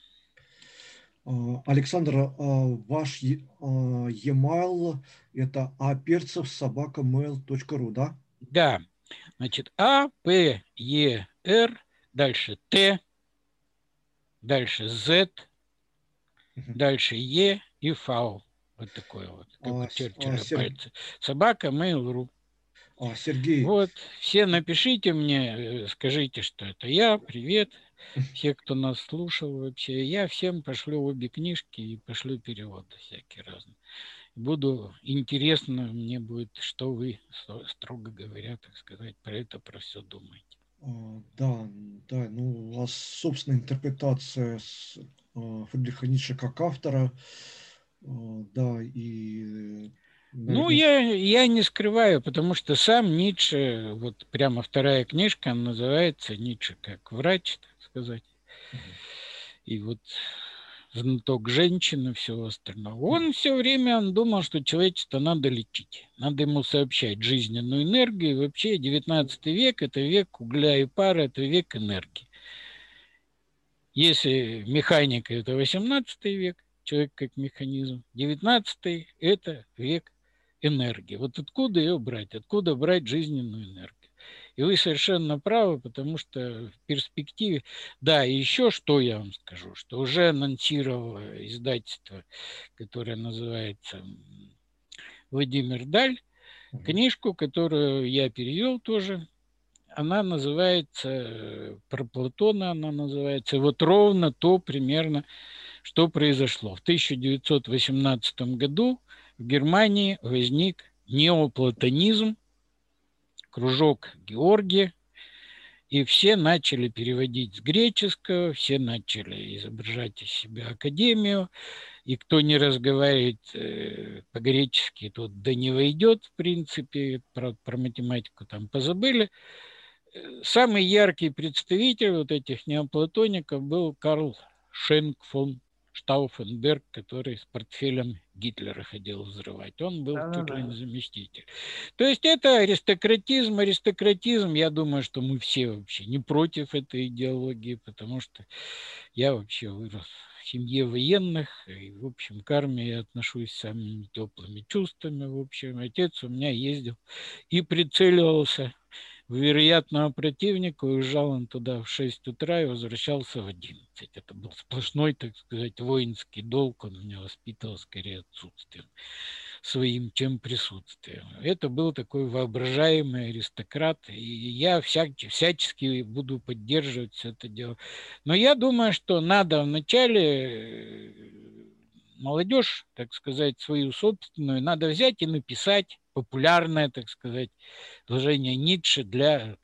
Александр, ваш e-mail – это aperцев@mail.ru, да? Да. Значит, А, П, Е, Р, дальше Т, дальше З, дальше Е и Фау. Вот такое вот, как у Черчилля пальцы. Собака Mail.ru. Сергей. Вот, все напишите мне, скажите, что это я, привет. Все, кто нас слушал вообще. Я всем пошлю обе книжки и пошлю переводы всякие разные. Буду интересно, мне будет, что вы, строго говоря, так сказать, про это, про все думаете. Да, ну у вас собственная интерпретация Фридриха Ницше как автора, да, и... Наверное... Ну, я не скрываю, потому что сам Ницше, вот прямо вторая книжка, называется «Ницше как врач», так сказать. И вот знаток женщины и всего остального. Он все время думал, что человечество надо лечить. Надо ему сообщать жизненную энергию. И вообще 19 век – это век угля и пара, это век энергии. Если механика – это 18 век, человек как механизм, 19 – это век энергии. Вот откуда ее брать? Откуда брать жизненную энергию? И вы совершенно правы, потому что в перспективе... Да, и еще что я вам скажу, что уже анонсировало издательство, которое называется Владимир Даль, книжку, которую я перевел тоже. Она называется, про Платона она называется, вот ровно то примерно, что произошло. В 1918 году в Германии возник неоплатонизм, кружок Георгия, и все начали переводить с греческого, все начали изображать из себя академию, и кто не разговаривает по-гречески, тот да не войдет, в принципе, про математику там позабыли. Самый яркий представитель вот этих неоплатоников был Карл Шенк фон Штауфенберг, который с портфелем Гитлера ходил взрывать. Он был чуть ли не заместитель. То есть это аристократизм. Аристократизм, я думаю, что мы все вообще не против этой идеологии, потому что я вообще вырос в семье военных, и, в общем, к армии я отношусь с самыми теплыми чувствами. В общем, отец у меня ездил и прицеливался в вероятного противника, уезжал он туда в 6 утра и возвращался в 11. Это был сплошной, так сказать, воинский долг. Он меня воспитывал скорее отсутствием своим, чем присутствием. Это был такой воображаемый аристократ, и я всячески буду поддерживать все это дело. Но я думаю, что надо вначале молодежь, так сказать, свою собственную, надо взять и написать популярное, так сказать, изложение Ницше для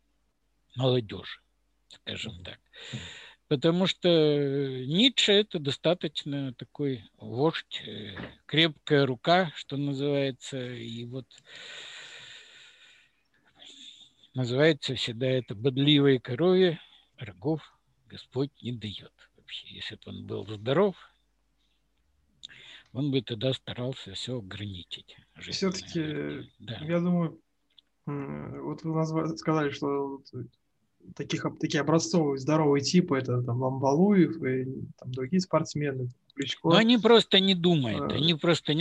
молодежи, скажем так. Потому что Ницше – это достаточно такой вождь, крепкая рука, что называется, и вот называется всегда это «бодливой корове рогов Господь не дает». вообще. Если бы он был здоров, он бы тогда старался все ограничить. Все-таки, да. я думаю, вот вы сказали, что такие образцовые здоровые типы, это там Ламбалуев и там другие спортсмены, Кличко. Но они просто не думают. Они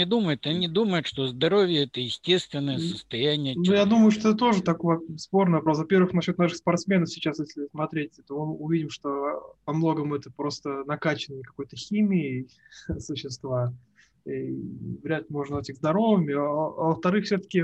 думают, что здоровье – это естественное состояние человека. Я думаю, что это тоже такой спорный вопрос. Во-первых, насчет наших спортсменов сейчас, если смотреть, то увидим, что во многом это просто накачанные какой-то химией существа. И вряд ли можно назвать их здоровыми. А во-вторых, все-таки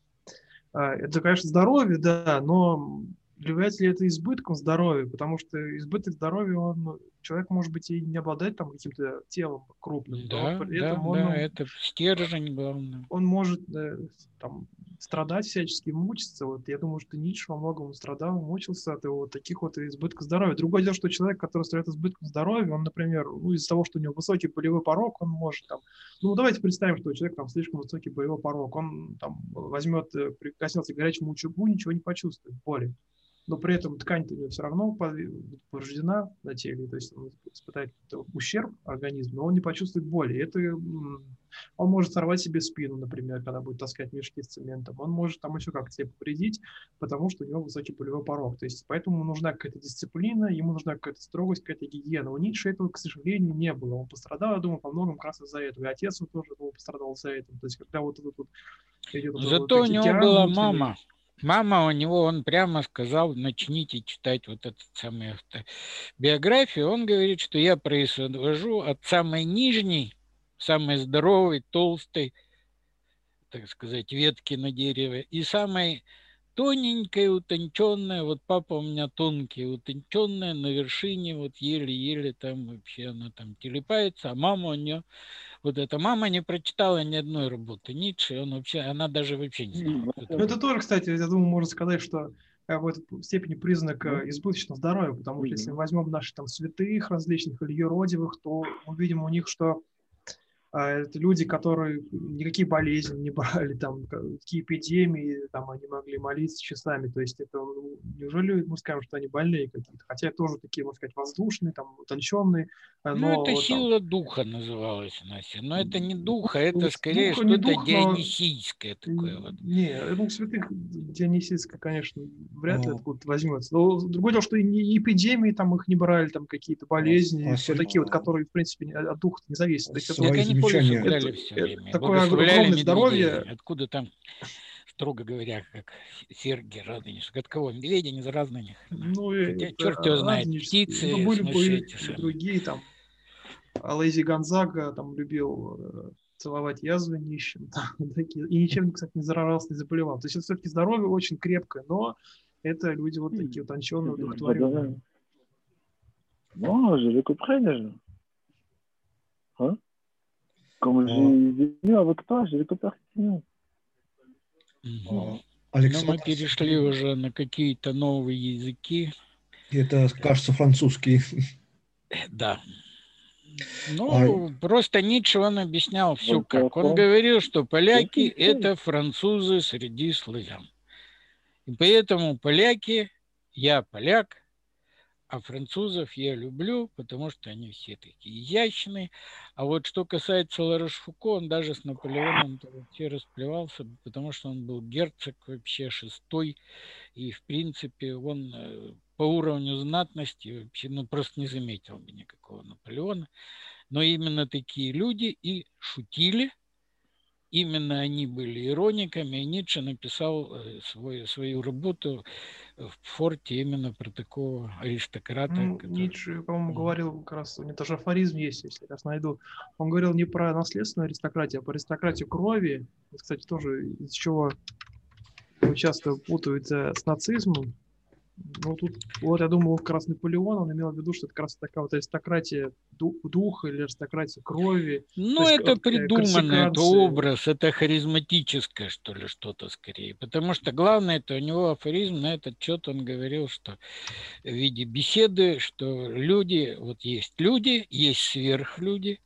это, конечно, здоровье, да, но является ли это избытком здоровья? Потому что избыток здоровья, человек, может быть, и не обладает там каким-то телом крупным, Да, но при этом он, это стержень главное. Он может там страдать всячески, мучиться. Вот я думаю, что Ницше во многом страдал, мучился от вот таких вот избытков здоровья. Другое дело, что человек, который страдает избытком здоровья, он, например, из-за того, что у него высокий болевой порог, он может там, давайте представим, что у человека там слишком высокий болевой порог, он там возьмет, прикоснется к горячему утюгу, ничего не почувствует, боли. Но при этом ткань-то у него все равно повреждена на теле, то есть он испытает ущерб организму, но он не почувствует боли. Это он может сорвать себе спину, например, когда будет таскать мешки с цементом. Он может там еще как-то себе повредить, потому что у него высокий болевой порог. То есть поэтому нужна какая-то дисциплина, ему нужна какая-то строгость, какая-то гигиена. У Ницше этого, к сожалению, не было. Он пострадал, я думаю, по многому как раз из-за этого. И отец он тоже пострадал из-за этого. То есть когда вот этот вот идет... Зато у него была мама. Мама у него, он прямо сказал, начните читать вот этот самый автобиографию. Он говорит, что я происхожу от самой нижней, самой здоровой, толстой, так сказать, ветки на дереве, и самой тоненькая, утонченная, вот папа у меня тонкий, утонченная, на вершине, вот еле-еле там вообще она там телепается, а мама у нее... Вот эта мама не прочитала ни одной работы Ницше, она даже вообще не знала. Это тоже, кстати, я думаю, можно сказать, что в этой степени признак избыточного здоровья, потому что если мы возьмем наших там святых различных или юродивых, то мы видим у них, что это люди, которые никакие болезни не брали, там, какие эпидемии, там, они могли молиться часами, то есть это, неужели мы скажем, что они больные какие-то, хотя тоже такие, можно сказать, воздушные, там, утонченные. Но это сила духа называлась, Настя, но это не духа, это скорее что-то дионисийское такое вот. Не, я думаю, святых дионисийское, конечно, вряд ли откуда возьмется. Но другое дело, что и эпидемии там их не брали, там какие-то болезни, вот такие вот, которые, в принципе, от духа не зависят. То есть это все время. Такое огромное здоровье. Откуда там, строго говоря, как Сергий Радонежский, от кого? Медведя не заразны. Хотя черт его знает, птицы, были другие там. Алэзи Гонзага там любил целовать язвы нищим. И ничем, кстати, не заражался, не заболевал. То есть это все-таки здоровье очень крепкое, но это люди вот такие утонченные, удовлетворенные. Non, je le comprends déjà. Hein? Comme j'ai venu avec toi, je le comprends. Но мы перешли уже на какие-то новые языки. Это, кажется, французский. Да. Ну, просто Ницше, он объяснял все как. Он говорил, что поляки – это французы среди славян. И поэтому поляки, я поляк, а французов я люблю, потому что они все такие изящные. А вот что касается Ла-Рошфуко, он даже с Наполеоном вообще расплевался, потому что он был герцог вообще 6-й. И, в принципе, он по уровню знатности вообще просто не заметил бы никакого Наполеона. Но именно такие люди и шутили. Именно они были ирониками, и Ницше написал свою работу в форте именно про такого аристократа. Ницше, по-моему, говорил как раз, у него даже афоризм есть, если я сейчас найду. Он говорил не про наследственную аристократию, а про аристократию крови. Это, кстати, тоже из чего часто путают с нацизмом. Ну, тут, вот, я думаю, как раз Наполеон, он имел в виду, что это как раз такая вот аристократия духа или аристократия крови. Ну, это придуманный, это образ, это харизматическое, что ли, что-то скорее. Потому что главное, это у него афоризм на этот счет, он говорил, что в виде беседы, что люди, вот есть сверхлюди.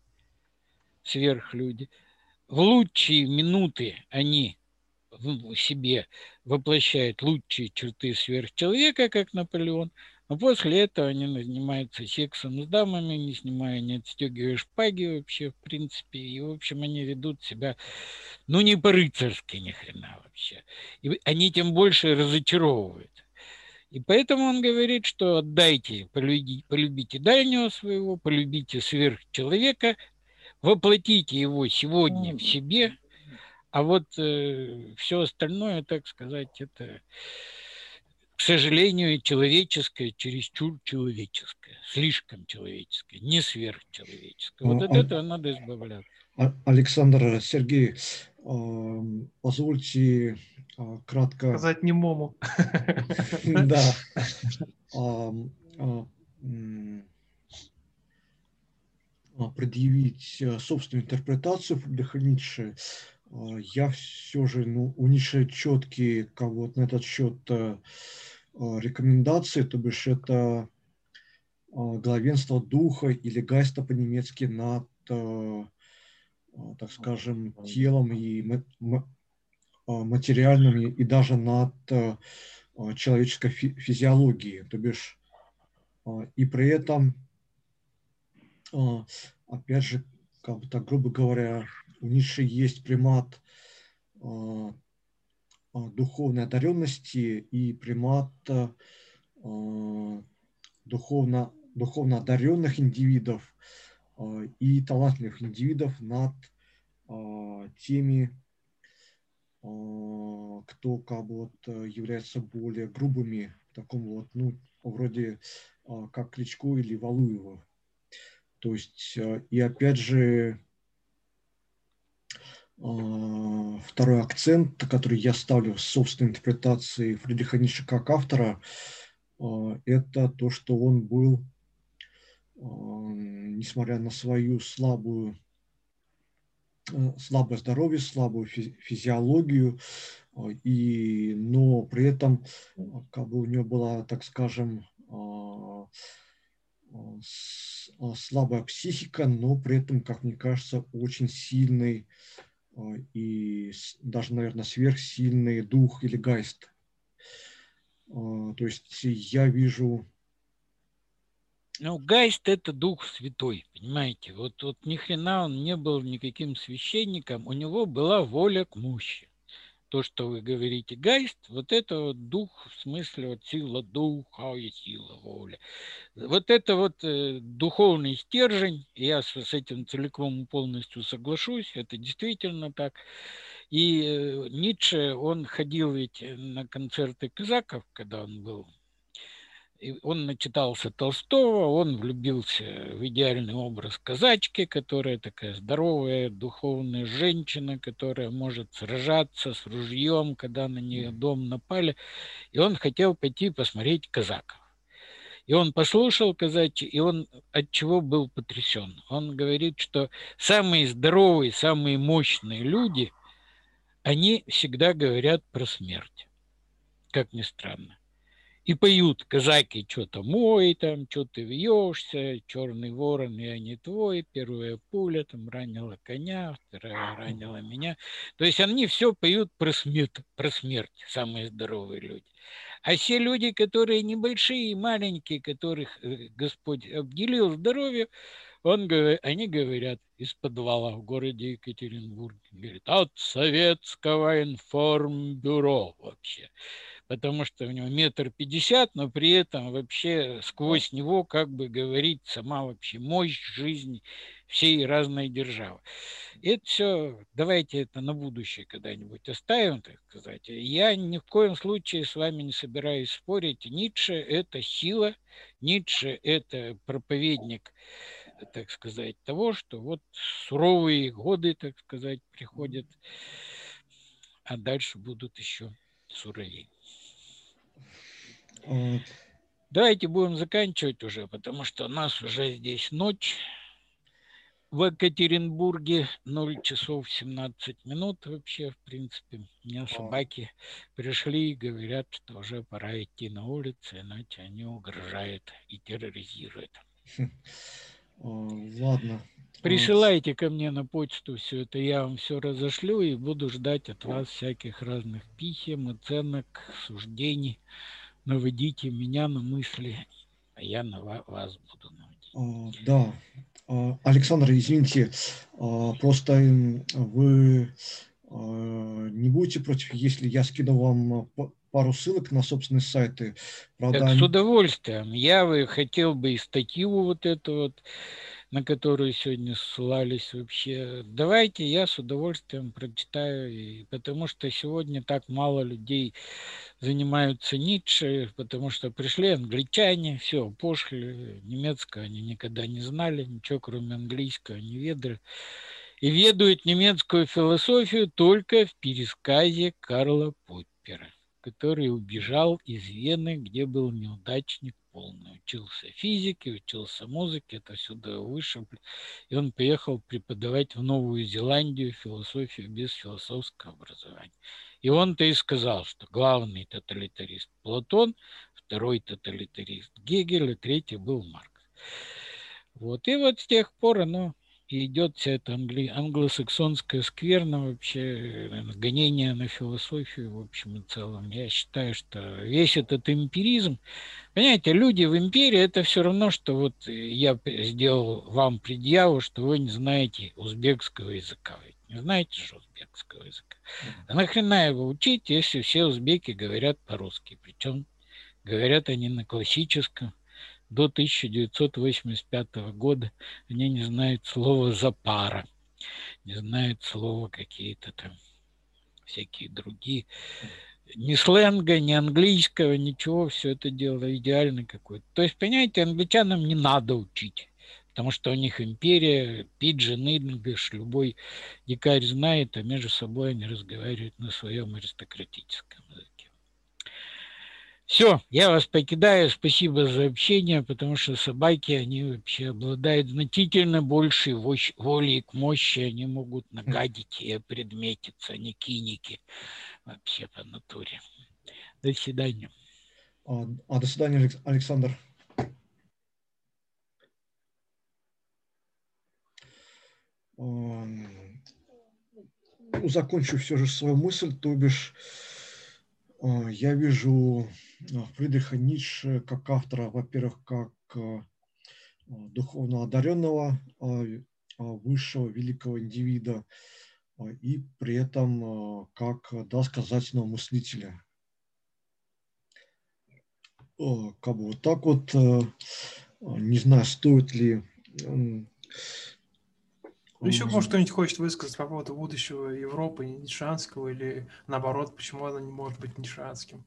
В лучшие минуты они в себе воплощает лучшие черты сверхчеловека, как Наполеон, Но после этого они занимаются сексом с дамами, не снимая, не отстегивая шпаги вообще, в принципе. И, в общем, они ведут себя, ну, не по-рыцарски ни хрена вообще. И они тем больше разочаровывают. И поэтому он говорит, что отдайте, полюбите дальнего своего, полюбите сверхчеловека, воплотите его сегодня в себе, а вот все остальное, так сказать, это, к сожалению, человеческое, чересчур человеческое, слишком человеческое, не сверхчеловеческое. Вот от этого надо избавляться. Александр, Сергей, позвольте кратко... Сказать немому. Да. Предъявить собственную интерпретацию Фридриха Ницше. Я все же, у Ницше четкие вот на этот счет рекомендации, то бишь это главенство духа или гайста по-немецки над, так скажем, телом и материальным, и даже над человеческой физиологией. То бишь, и при этом, опять же, как бы так, грубо говоря, у Ницше есть примат духовной одаренности и примат духовно одаренных индивидов и талантливых индивидов над теми, кто как бы вот является более грубыми, в таком вот, вроде как Кличко или Валуева. То есть, и опять же, второй акцент, который я ставлю в собственной интерпретации Фридриха Ницше как автора, это то, что он был, несмотря на свою слабое здоровье, слабую физиологию, но при этом как бы у него была, так скажем, слабая психика, но при этом, как мне кажется, очень сильный и даже, наверное, сверхсильный дух или гайст. То есть я вижу... Гайст – это Дух Святой, понимаете? Вот ни хрена он не был никаким священником, у него была воля к мощи. То, что вы говорите, гайст, вот это вот дух, в смысле вот сила духа и сила воли. Вот это вот духовный стержень, я с этим целиком и полностью соглашусь, это действительно так. И Ницше, он ходил ведь на концерты казаков, когда он был. И он начитался Толстого, он влюбился в идеальный образ казачки, которая такая здоровая, духовная женщина, которая может сражаться с ружьем, когда на нее дом напали. И он хотел пойти посмотреть казаков. И он послушал казачьи, и он от чего был потрясен. Он говорит, что самые здоровые, самые мощные люди, они всегда говорят про смерть, как ни странно. И поют казаки что-то мой, там, что ты вьешься, черный ворон, я не твой, первая пуля там ранила коня, вторая ранила меня. То есть они все поют про смерть, самые здоровые люди. А все люди, которые небольшие, маленькие, которых Господь обделил здоровье, они говорят из подвала в городе Екатеринбурге, говорят, от советского информбюро вообще. Потому что у него 1,50 м, но при этом вообще сквозь него как бы говорит сама вообще мощь жизни всей разной державы. И это все, давайте это на будущее когда-нибудь оставим, так сказать. Я ни в коем случае с вами не собираюсь спорить. Ницше – это сила, Ницше – это проповедник, так сказать, того, что вот суровые годы, так сказать, приходят, а дальше будут еще суровее. Давайте будем заканчивать уже, потому что у нас уже здесь ночь. В Екатеринбурге 0 часов 17 минут вообще, в принципе. У меня собаки пришли и говорят, что уже пора идти на улицу, иначе они угрожают и терроризируют. Ладно. Присылайте ко мне на почту все это, я вам все разошлю и буду ждать от вас всяких разных писем, оценок, суждений. Наводите меня на мысли а я на вас буду наводить. Да. Александр, извините, просто вы не будете против, если я скину вам пару ссылок на собственные сайты? Правда, Так, с удовольствием. Я хотел бы и статью вот эту вот, на которую сегодня ссылались вообще. Давайте, я с удовольствием прочитаю, потому что сегодня так мало людей занимаются Ницше, потому что пришли англичане, все, пошли, немецкого они никогда не знали, ничего кроме английского не ведали. И ведают немецкую философию только в пересказе Карла Поппера, который убежал из Вены, где был неудачник полный. Учился физике, учился музыке, это сюда вышибли. И он поехал преподавать в Новую Зеландию философию без философского образования. И он-то и сказал, что главный тоталитарист Платон, второй тоталитарист Гегель, и третий был Маркс. Вот. И вот с тех пор оно и идет вся эта англосаксонская скверна, вообще гонение на философию, в общем и целом. Я считаю, что весь этот эмпиризм, понимаете, люди в империи, это все равно, что вот я сделал вам предъяву, что вы не знаете узбекского языка. Вы не знаете же узбекского языка. А нахрена его учить, если все узбеки говорят по-русски? Причем говорят они на классическом. До 1985 года они не знают слова «запара», не знают слова какие-то там всякие другие. Ни сленга, ни английского, ничего, все это дело идеально какое-то. То есть, понимаете, англичанам не надо учить, потому что у них империя, пиджин, инглиш, любой дикарь знает, а между собой они разговаривают на своем аристократическом языке. Все, я вас покидаю. Спасибо за общение, потому что собаки, они вообще обладают значительно большей волей к мощи. Они могут нагадить и предметиться, они киники вообще по натуре. До свидания. До свидания, Александр. Закончу все же свою мысль, то бишь я вижу Фридриха Ницше как автора, во-первых, как духовно одаренного, высшего, великого индивида, и при этом как досказательного мыслителя. Как бы вот так вот, не знаю, стоит ли... Еще, может, кто-нибудь хочет высказать по поводу будущего Европы, ницшеанского, или наоборот, почему оно не может быть ницшеанским?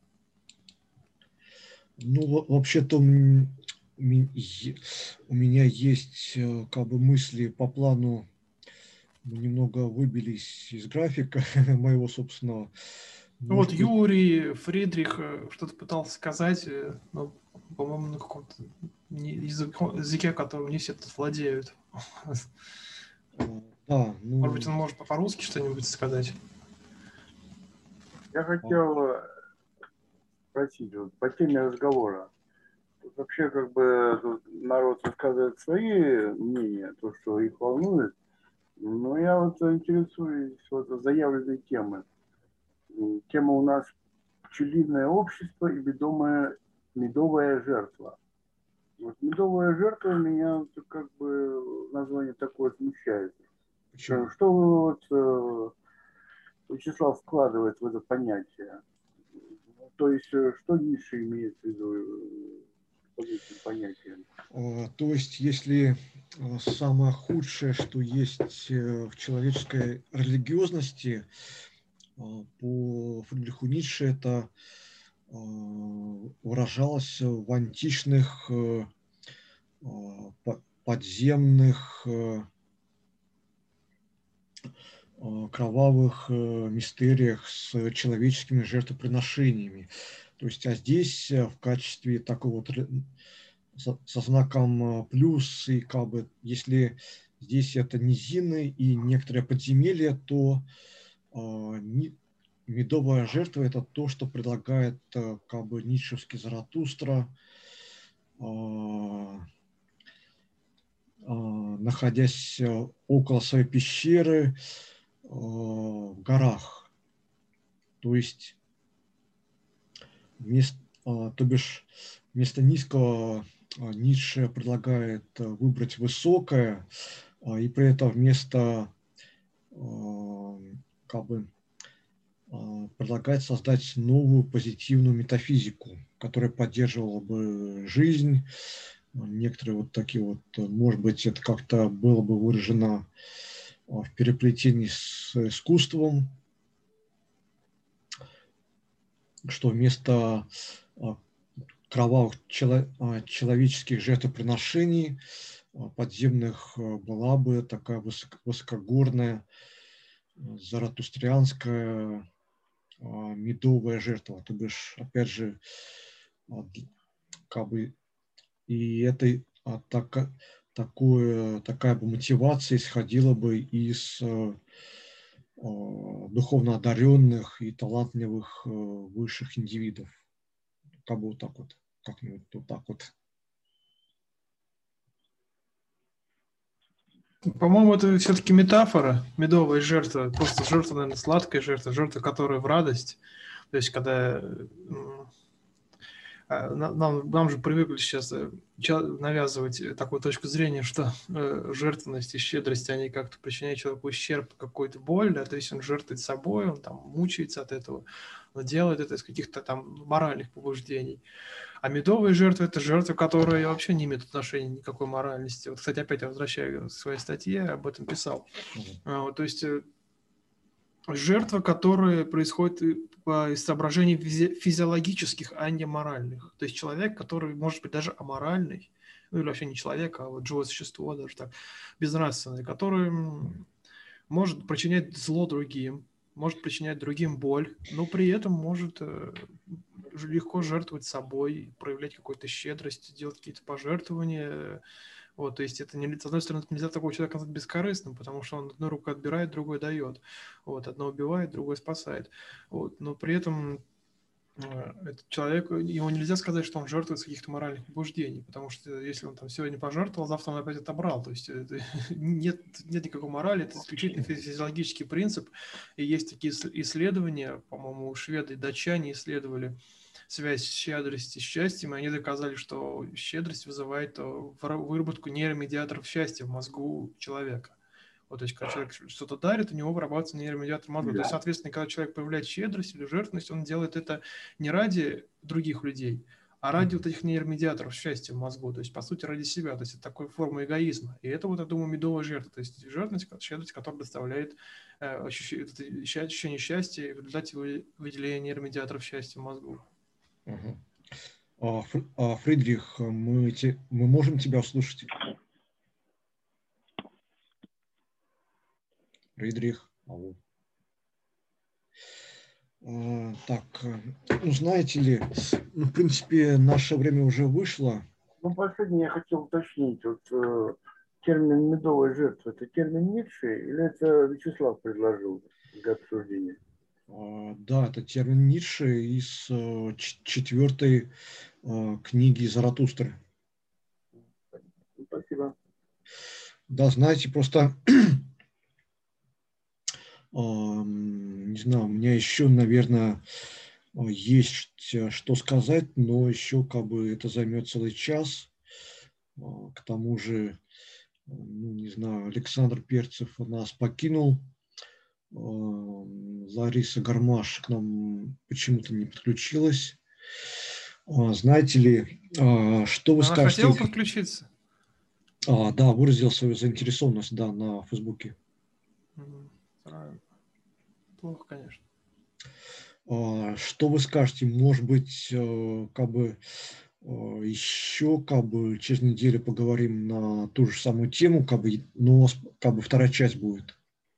Ну, вообще-то у меня есть как бы мысли по плану, мы немного выбились из графика моего собственного. Ну вот Юрий, Фридрих что-то пытался сказать, но, по-моему, на каком-то языке, которым не все тут владеют. Да, ну... Может быть, он может по-русски что-нибудь сказать? Я хотел спросить, вот, по теме разговора. Тут вообще как бы тут народ высказывает свои мнения, то, что их волнует. Но я вот интересуюсь вот заявленной темой. Тема у нас пчелиное общество и медовая жертва. Вот медовая жертва меня как бы название такое смущает. Почему? Что вы вот, Вячеслав вкладывает в это понятие? То есть что Ницше имеет в виду под этим понятием? То есть, если самое худшее, что есть в человеческой религиозности, по Фридриху Ницше, это выражалось в античных подземных кровавых мистериях с человеческими жертвоприношениями. То есть, а здесь в качестве такого вот со знаком плюс, и как бы, если здесь это низины и некоторые подземелья, то медовая жертва – это то, что предлагает как бы ницшевский Заратустра, находясь около своей пещеры в горах. То есть то бишь вместо низкого Ницше предлагает выбрать высокое, и при этом вместо как бы предлагает создать новую позитивную метафизику, которая поддерживала бы жизнь. Некоторые вот такие вот, может быть, это как-то было бы выражено в переплетении с искусством, что вместо кровавых человеческих жертвоприношений подземных была бы такая высокогорная заратустрианская медовая жертва. То бишь, опять же, как бы и этой такая бы мотивация исходила бы из духовно одаренных и талантливых высших индивидов. Как бы вот так вот, как-нибудь вот так вот. По-моему, это все-таки метафора, медовая жертва, просто жертва, наверное, сладкая жертва, которая в радость. То есть, когда нам же привыкли сейчас навязывать такую точку зрения, что жертвенность и щедрость, они как-то причиняют человеку ущерб, какую-то боль, да, то есть он жертвует собой, он там мучается от этого, он делает это из каких-то там моральных побуждений. А медовые жертвы – это жертвы, которые вообще не имеют отношения никакой моральности. Вот, кстати, опять я возвращаюсь к своей статье, я об этом писал. То есть жертва, которая происходит из соображений физиологических, а не моральных. То есть человек, который может быть даже аморальный, ну или вообще не человек, а вот живое существо, даже так, безнравственное, который может причинять зло другим, может причинять другим боль, но при этом может легко жертвовать собой, проявлять какую-то щедрость, делать какие-то пожертвования. Вот, то есть это не, с одной стороны, нельзя такого человека назвать бескорыстным, потому что он одной рукой отбирает, другой дает. Вот, одно убивает, другой спасает. Вот, но при этом этот человек, ему нельзя сказать, что он жертвует с каких-то моральных побуждений, потому что если он там сегодня пожертвовал, завтра он опять отобрал. То есть нет никакой морали, это исключительно физиологический принцип. И есть такие исследования, по-моему, шведы и датчане исследовали связь щедрости с счастьем, и они доказали, что щедрость вызывает выработку нейромедиаторов счастья в мозгу человека. Вот, то есть, когда человек что-то дарит, у него вырабатывается нейромедиатор мозга. То есть, соответственно, когда человек проявляет щедрость или жертвенность, он делает это не ради других людей, а ради вот этих нейромедиаторов счастья в мозгу. То есть, по сути, ради себя. То есть, это такая форма эгоизма. И это, вот, я думаю, медовая жертва. То есть, жертвенность, щедрость, которая доставляет ощущение счастья в результате выделения нейромедиаторов счастья в мозгу. Фридрих, мы можем тебя услышать? Фридрих. Так, ну, знаете ли, в принципе, наше время уже вышло. Ну, последнее я хотел уточнить. Вот термин «медовая жертва» – это термин Ницше или это Вячеслав предложил для обсуждения? Да, это термин Ницше из 4-й книги Заратустры. Спасибо. Да, знаете, просто, не знаю, у меня еще, наверное, есть что сказать, но еще как бы это займет целый час. К тому же, ну, не знаю, Александр Перцев нас покинул. Лариса Гармаш к нам почему-то не подключилась. Знаете ли, что вы скажете? Она хотела подключиться? Да, выразил свою заинтересованность, да, на Фейсбуке. Плохо, конечно. Что вы скажете? Может быть, как бы еще как бы через неделю поговорим на ту же самую тему, как бы, но как бы вторая часть будет.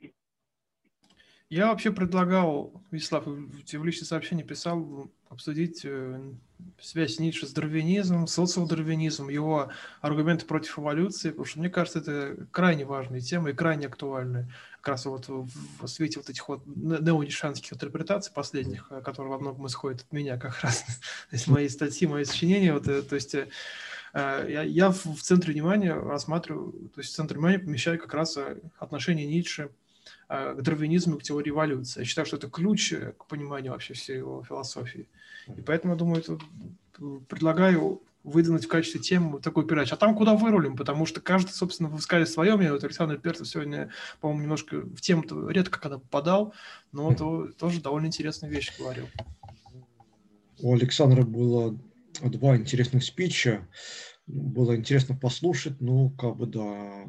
Я вообще предлагал, Вячеслав, в личное сообщение писал, обсудить связь Ницше с дарвинизмом, социал-дарвинизмом, его аргументы против эволюции, потому что, мне кажется, это крайне важная тема и крайне актуальная. Как раз вот в свете вот этих вот неонишанских интерпретаций последних, которые во многом исходят от меня как раз, из моей статьи, мои сочинения, вот, то есть я в центре внимания рассматриваю, то есть в центре внимания помещаю как раз отношения Ницше к дарвинизму и к теории эволюции. Я считаю, что это ключ к пониманию вообще всей его философии. И поэтому, я думаю, предлагаю выдвинуть в качестве темы такую передачу. А там куда вырулим, потому что каждый, собственно, высказывает свое мнение. Вот Александр Перцев сегодня, по-моему, немножко в тему-то редко когда попадал, но тоже довольно интересные вещи говорил. У Александра было 2 интересных спича. Было интересно послушать, но как бы да,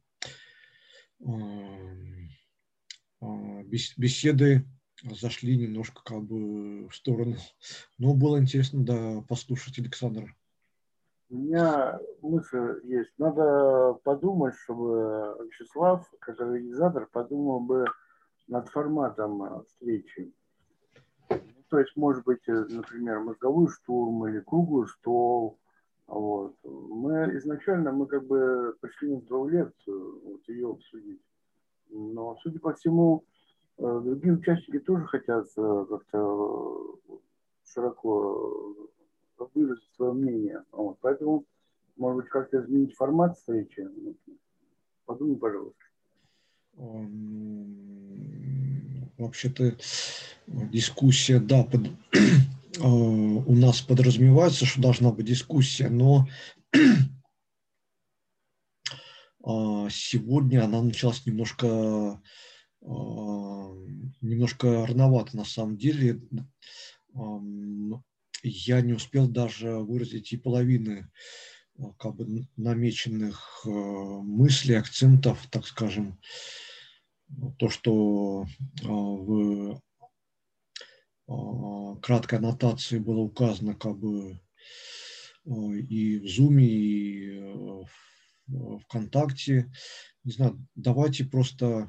беседы зашли немножко как бы в сторону. Но было интересно, да, послушать Александра. У меня мысль есть. Надо подумать, чтобы Вячеслав, как организатор, подумал бы над форматом встречи. То есть, может быть, например, мозговой штурм или круглый стол. Вот. Мы как бы пришли на вторую лекцию, вот ее обсудить. Но, судя по всему, другие участники тоже хотят как-то широко выразить свое мнение. Вот. Поэтому, может быть, как-то изменить формат встречи. Подумай, пожалуйста. Вообще-то дискуссия, да, у нас подразумевается, что должна быть дискуссия, но сегодня она началась немножко рановато на самом деле. Я не успел даже выразить и половины как бы намеченных мыслей, акцентов, так скажем. То, что в краткой аннотации было указано как бы и в Zoom, и в ВКонтакте. Не знаю, давайте просто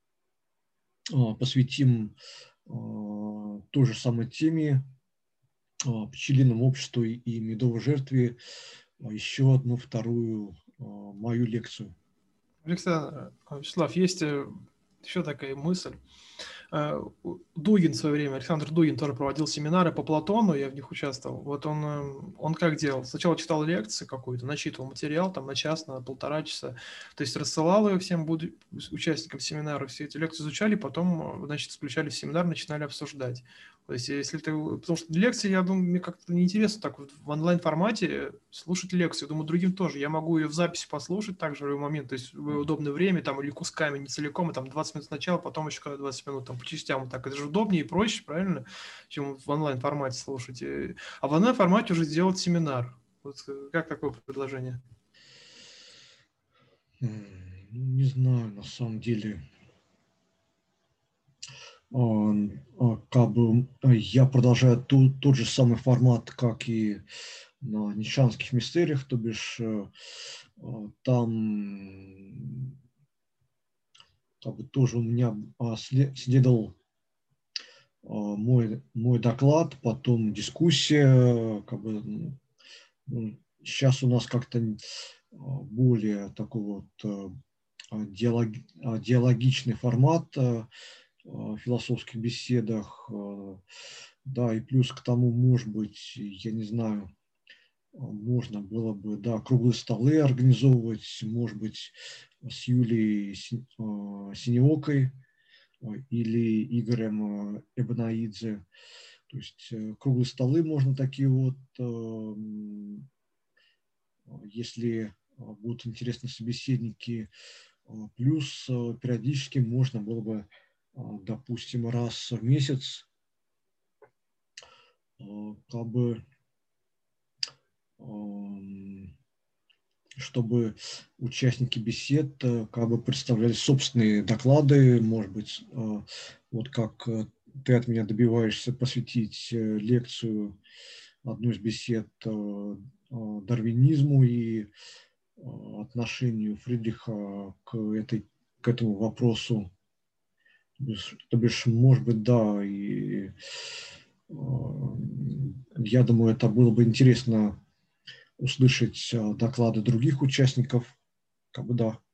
посвятим той же самой теме пчелиному обществу и медовой жертве еще одну вторую мою лекцию. Александр, Вячеслав, есть еще такая мысль. Дугин в свое время, Александр Дугин тоже проводил семинары по Платону, я в них участвовал. Вот он как делал? Сначала читал лекцию какую-то, начитывал материал там на час, на 1,5 часа, то есть рассылал ее всем участникам семинара, все эти лекции изучали, потом, значит, включали в семинар, начинали обсуждать. То есть если ты... Потому что лекции, я думаю, мне как-то неинтересно так в онлайн-формате слушать лекцию. Думаю, другим тоже. Я могу ее в записи послушать также в любой момент, то есть в удобное время, там, или кусками, не целиком, и там 20 минут сначала, потом еще 20 минут там, по частям. Вот так. Это же удобнее и проще, правильно, чем в онлайн-формате слушать. А в онлайн-формате уже сделать семинар. Вот как такое предложение? Не знаю, на самом деле. Как бы я продолжаю тот же самый формат, как и на Нишанских мистериях, то бишь там как бы тоже у меня следовал мой доклад, потом дискуссия, как бы сейчас у нас как-то более такой вот диалогичный формат в философских беседах, да, и плюс к тому, может быть, я не знаю, можно было бы, да, круглые столы организовывать, может быть, с Юлией Синеокой или Игорем Эбонаидзе. То есть круглые столы можно такие вот, если будут интересны собеседники, плюс периодически можно было бы, допустим, раз в месяц как бы чтобы участники бесед как бы представляли собственные доклады, может быть, вот как ты от меня добиваешься посвятить лекцию, одну из бесед дарвинизму и отношению Фридриха к этому вопросу. То бишь, может быть, да, и я думаю, это было бы интересно услышать доклады других участников, как бы да.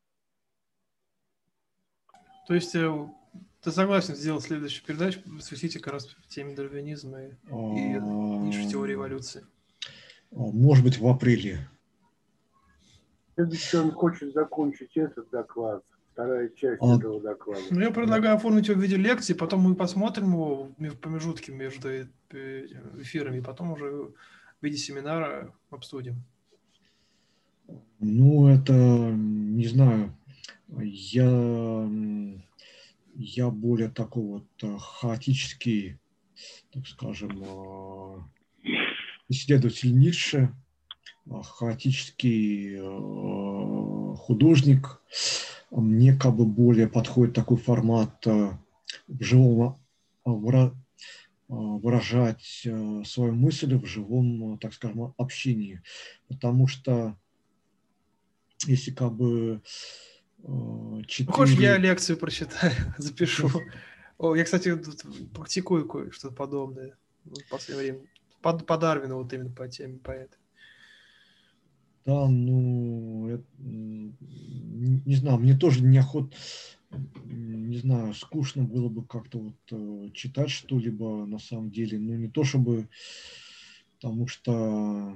То есть ты согласен сделать следующую передачу, посвятите как раз теме дарвинизма и ниже теории эволюции? Может быть, в апреле. Следующий он хочет закончить этот доклад вторая часть А, этого доклада. Ну, я предлагаю оформить его в виде лекции, потом мы посмотрим его в промежутке между эфирами, и потом уже в виде семинара обсудим. ну, это, не знаю, я более такой вот хаотический, так скажем, исследователь Ницше, хаотический художник. Мне как бы более подходит такой формат в живом выражать свою мысль в живом, так скажем, общении. Потому что если как бы Хочешь, я 4... лекцию прочитаю, запишу. О, я, кстати, тут практикую кое-что подобное в последнее время. По Дарвину, вот именно по теме, по этой. Да, ну, не знаю, мне тоже неохота, не знаю, скучно было бы как-то вот читать что-либо на самом деле, ну, не то чтобы, потому что,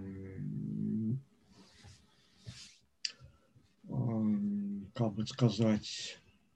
как бы сказать,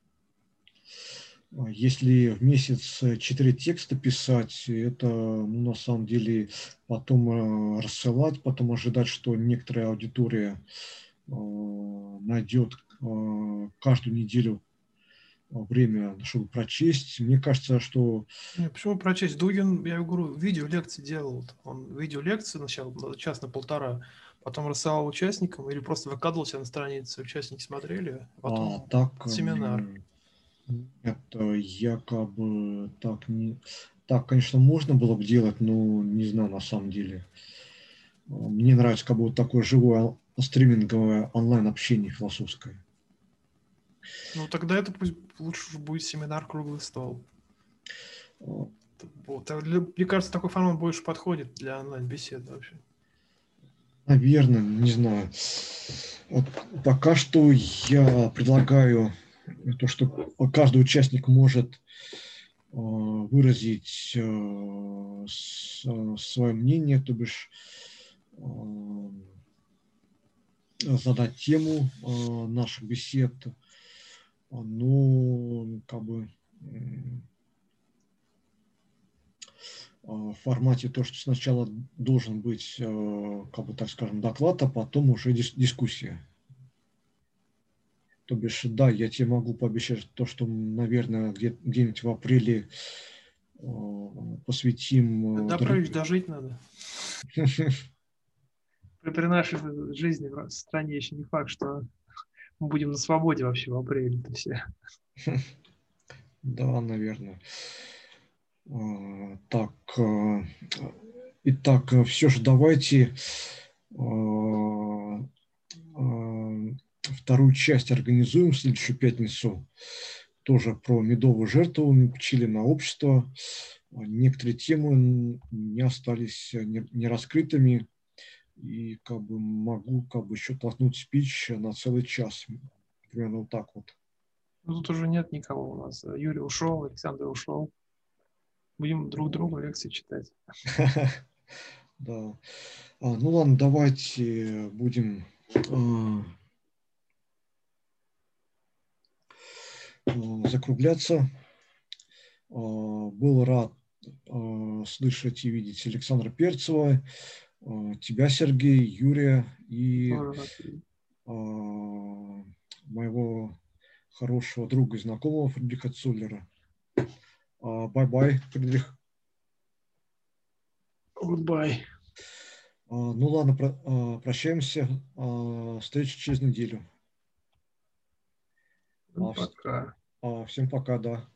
если в месяц 4 текста писать, это, ну, на самом деле, потом рассылать, потом ожидать, что некоторая аудитория найдет каждую неделю время, чтобы прочесть. Мне кажется, что... Не, почему прочесть? Дугин, я говорю, видеолекции делал. Он видеолекции сначала, час на полтора, потом рассылал участникам или просто выкладывал себя на странице, участники смотрели, а потом так, семинар. нет, я как бы так не... Так, конечно, можно было бы делать, но не знаю на самом деле. Мне нравится как бы вот такое живое стриминговое онлайн-общение философское. Ну, тогда это пусть лучше будет семинар «Круглый стол». Вот. Мне кажется, такой формат больше подходит для онлайн-бесед вообще. Наверное, не знаю. Вот пока что я предлагаю то, что каждый участник может выразить свое мнение, то бишь задать тему наших бесед. Ну, как бы в формате то, что сначала должен быть, как бы так скажем, доклад, а потом уже дискуссия. То бишь, да, я тебе могу пообещать то, что, наверное, где-нибудь в апреле посвятим... До апреля дожить надо. При нашей жизни в стране еще не факт, что мы будем на свободе вообще в апреле. Все. Да, наверное. Так, итак, все же давайте вторую часть организуем в следующую пятницу. Тоже про медовую жертву пчели на общество. Некоторые темы не остались не раскрытыми. И как бы могу как бы еще толкнуть спич на целый час. Примерно вот так вот. Ну, тут уже нет никого у нас. Юрий ушел, Александр ушел. Будем друг другу лекции читать. Да. Ну ладно, давайте будем закругляться. Был рад слышать и видеть Александра Перцева, тебя, Сергей, Юрия и моего хорошего друга и знакомого Фридриха Цуллера. Бай-бай, Фридрих. Goodbye. Ну ладно, прощаемся. Встреча через неделю. Пока. Всем пока, да.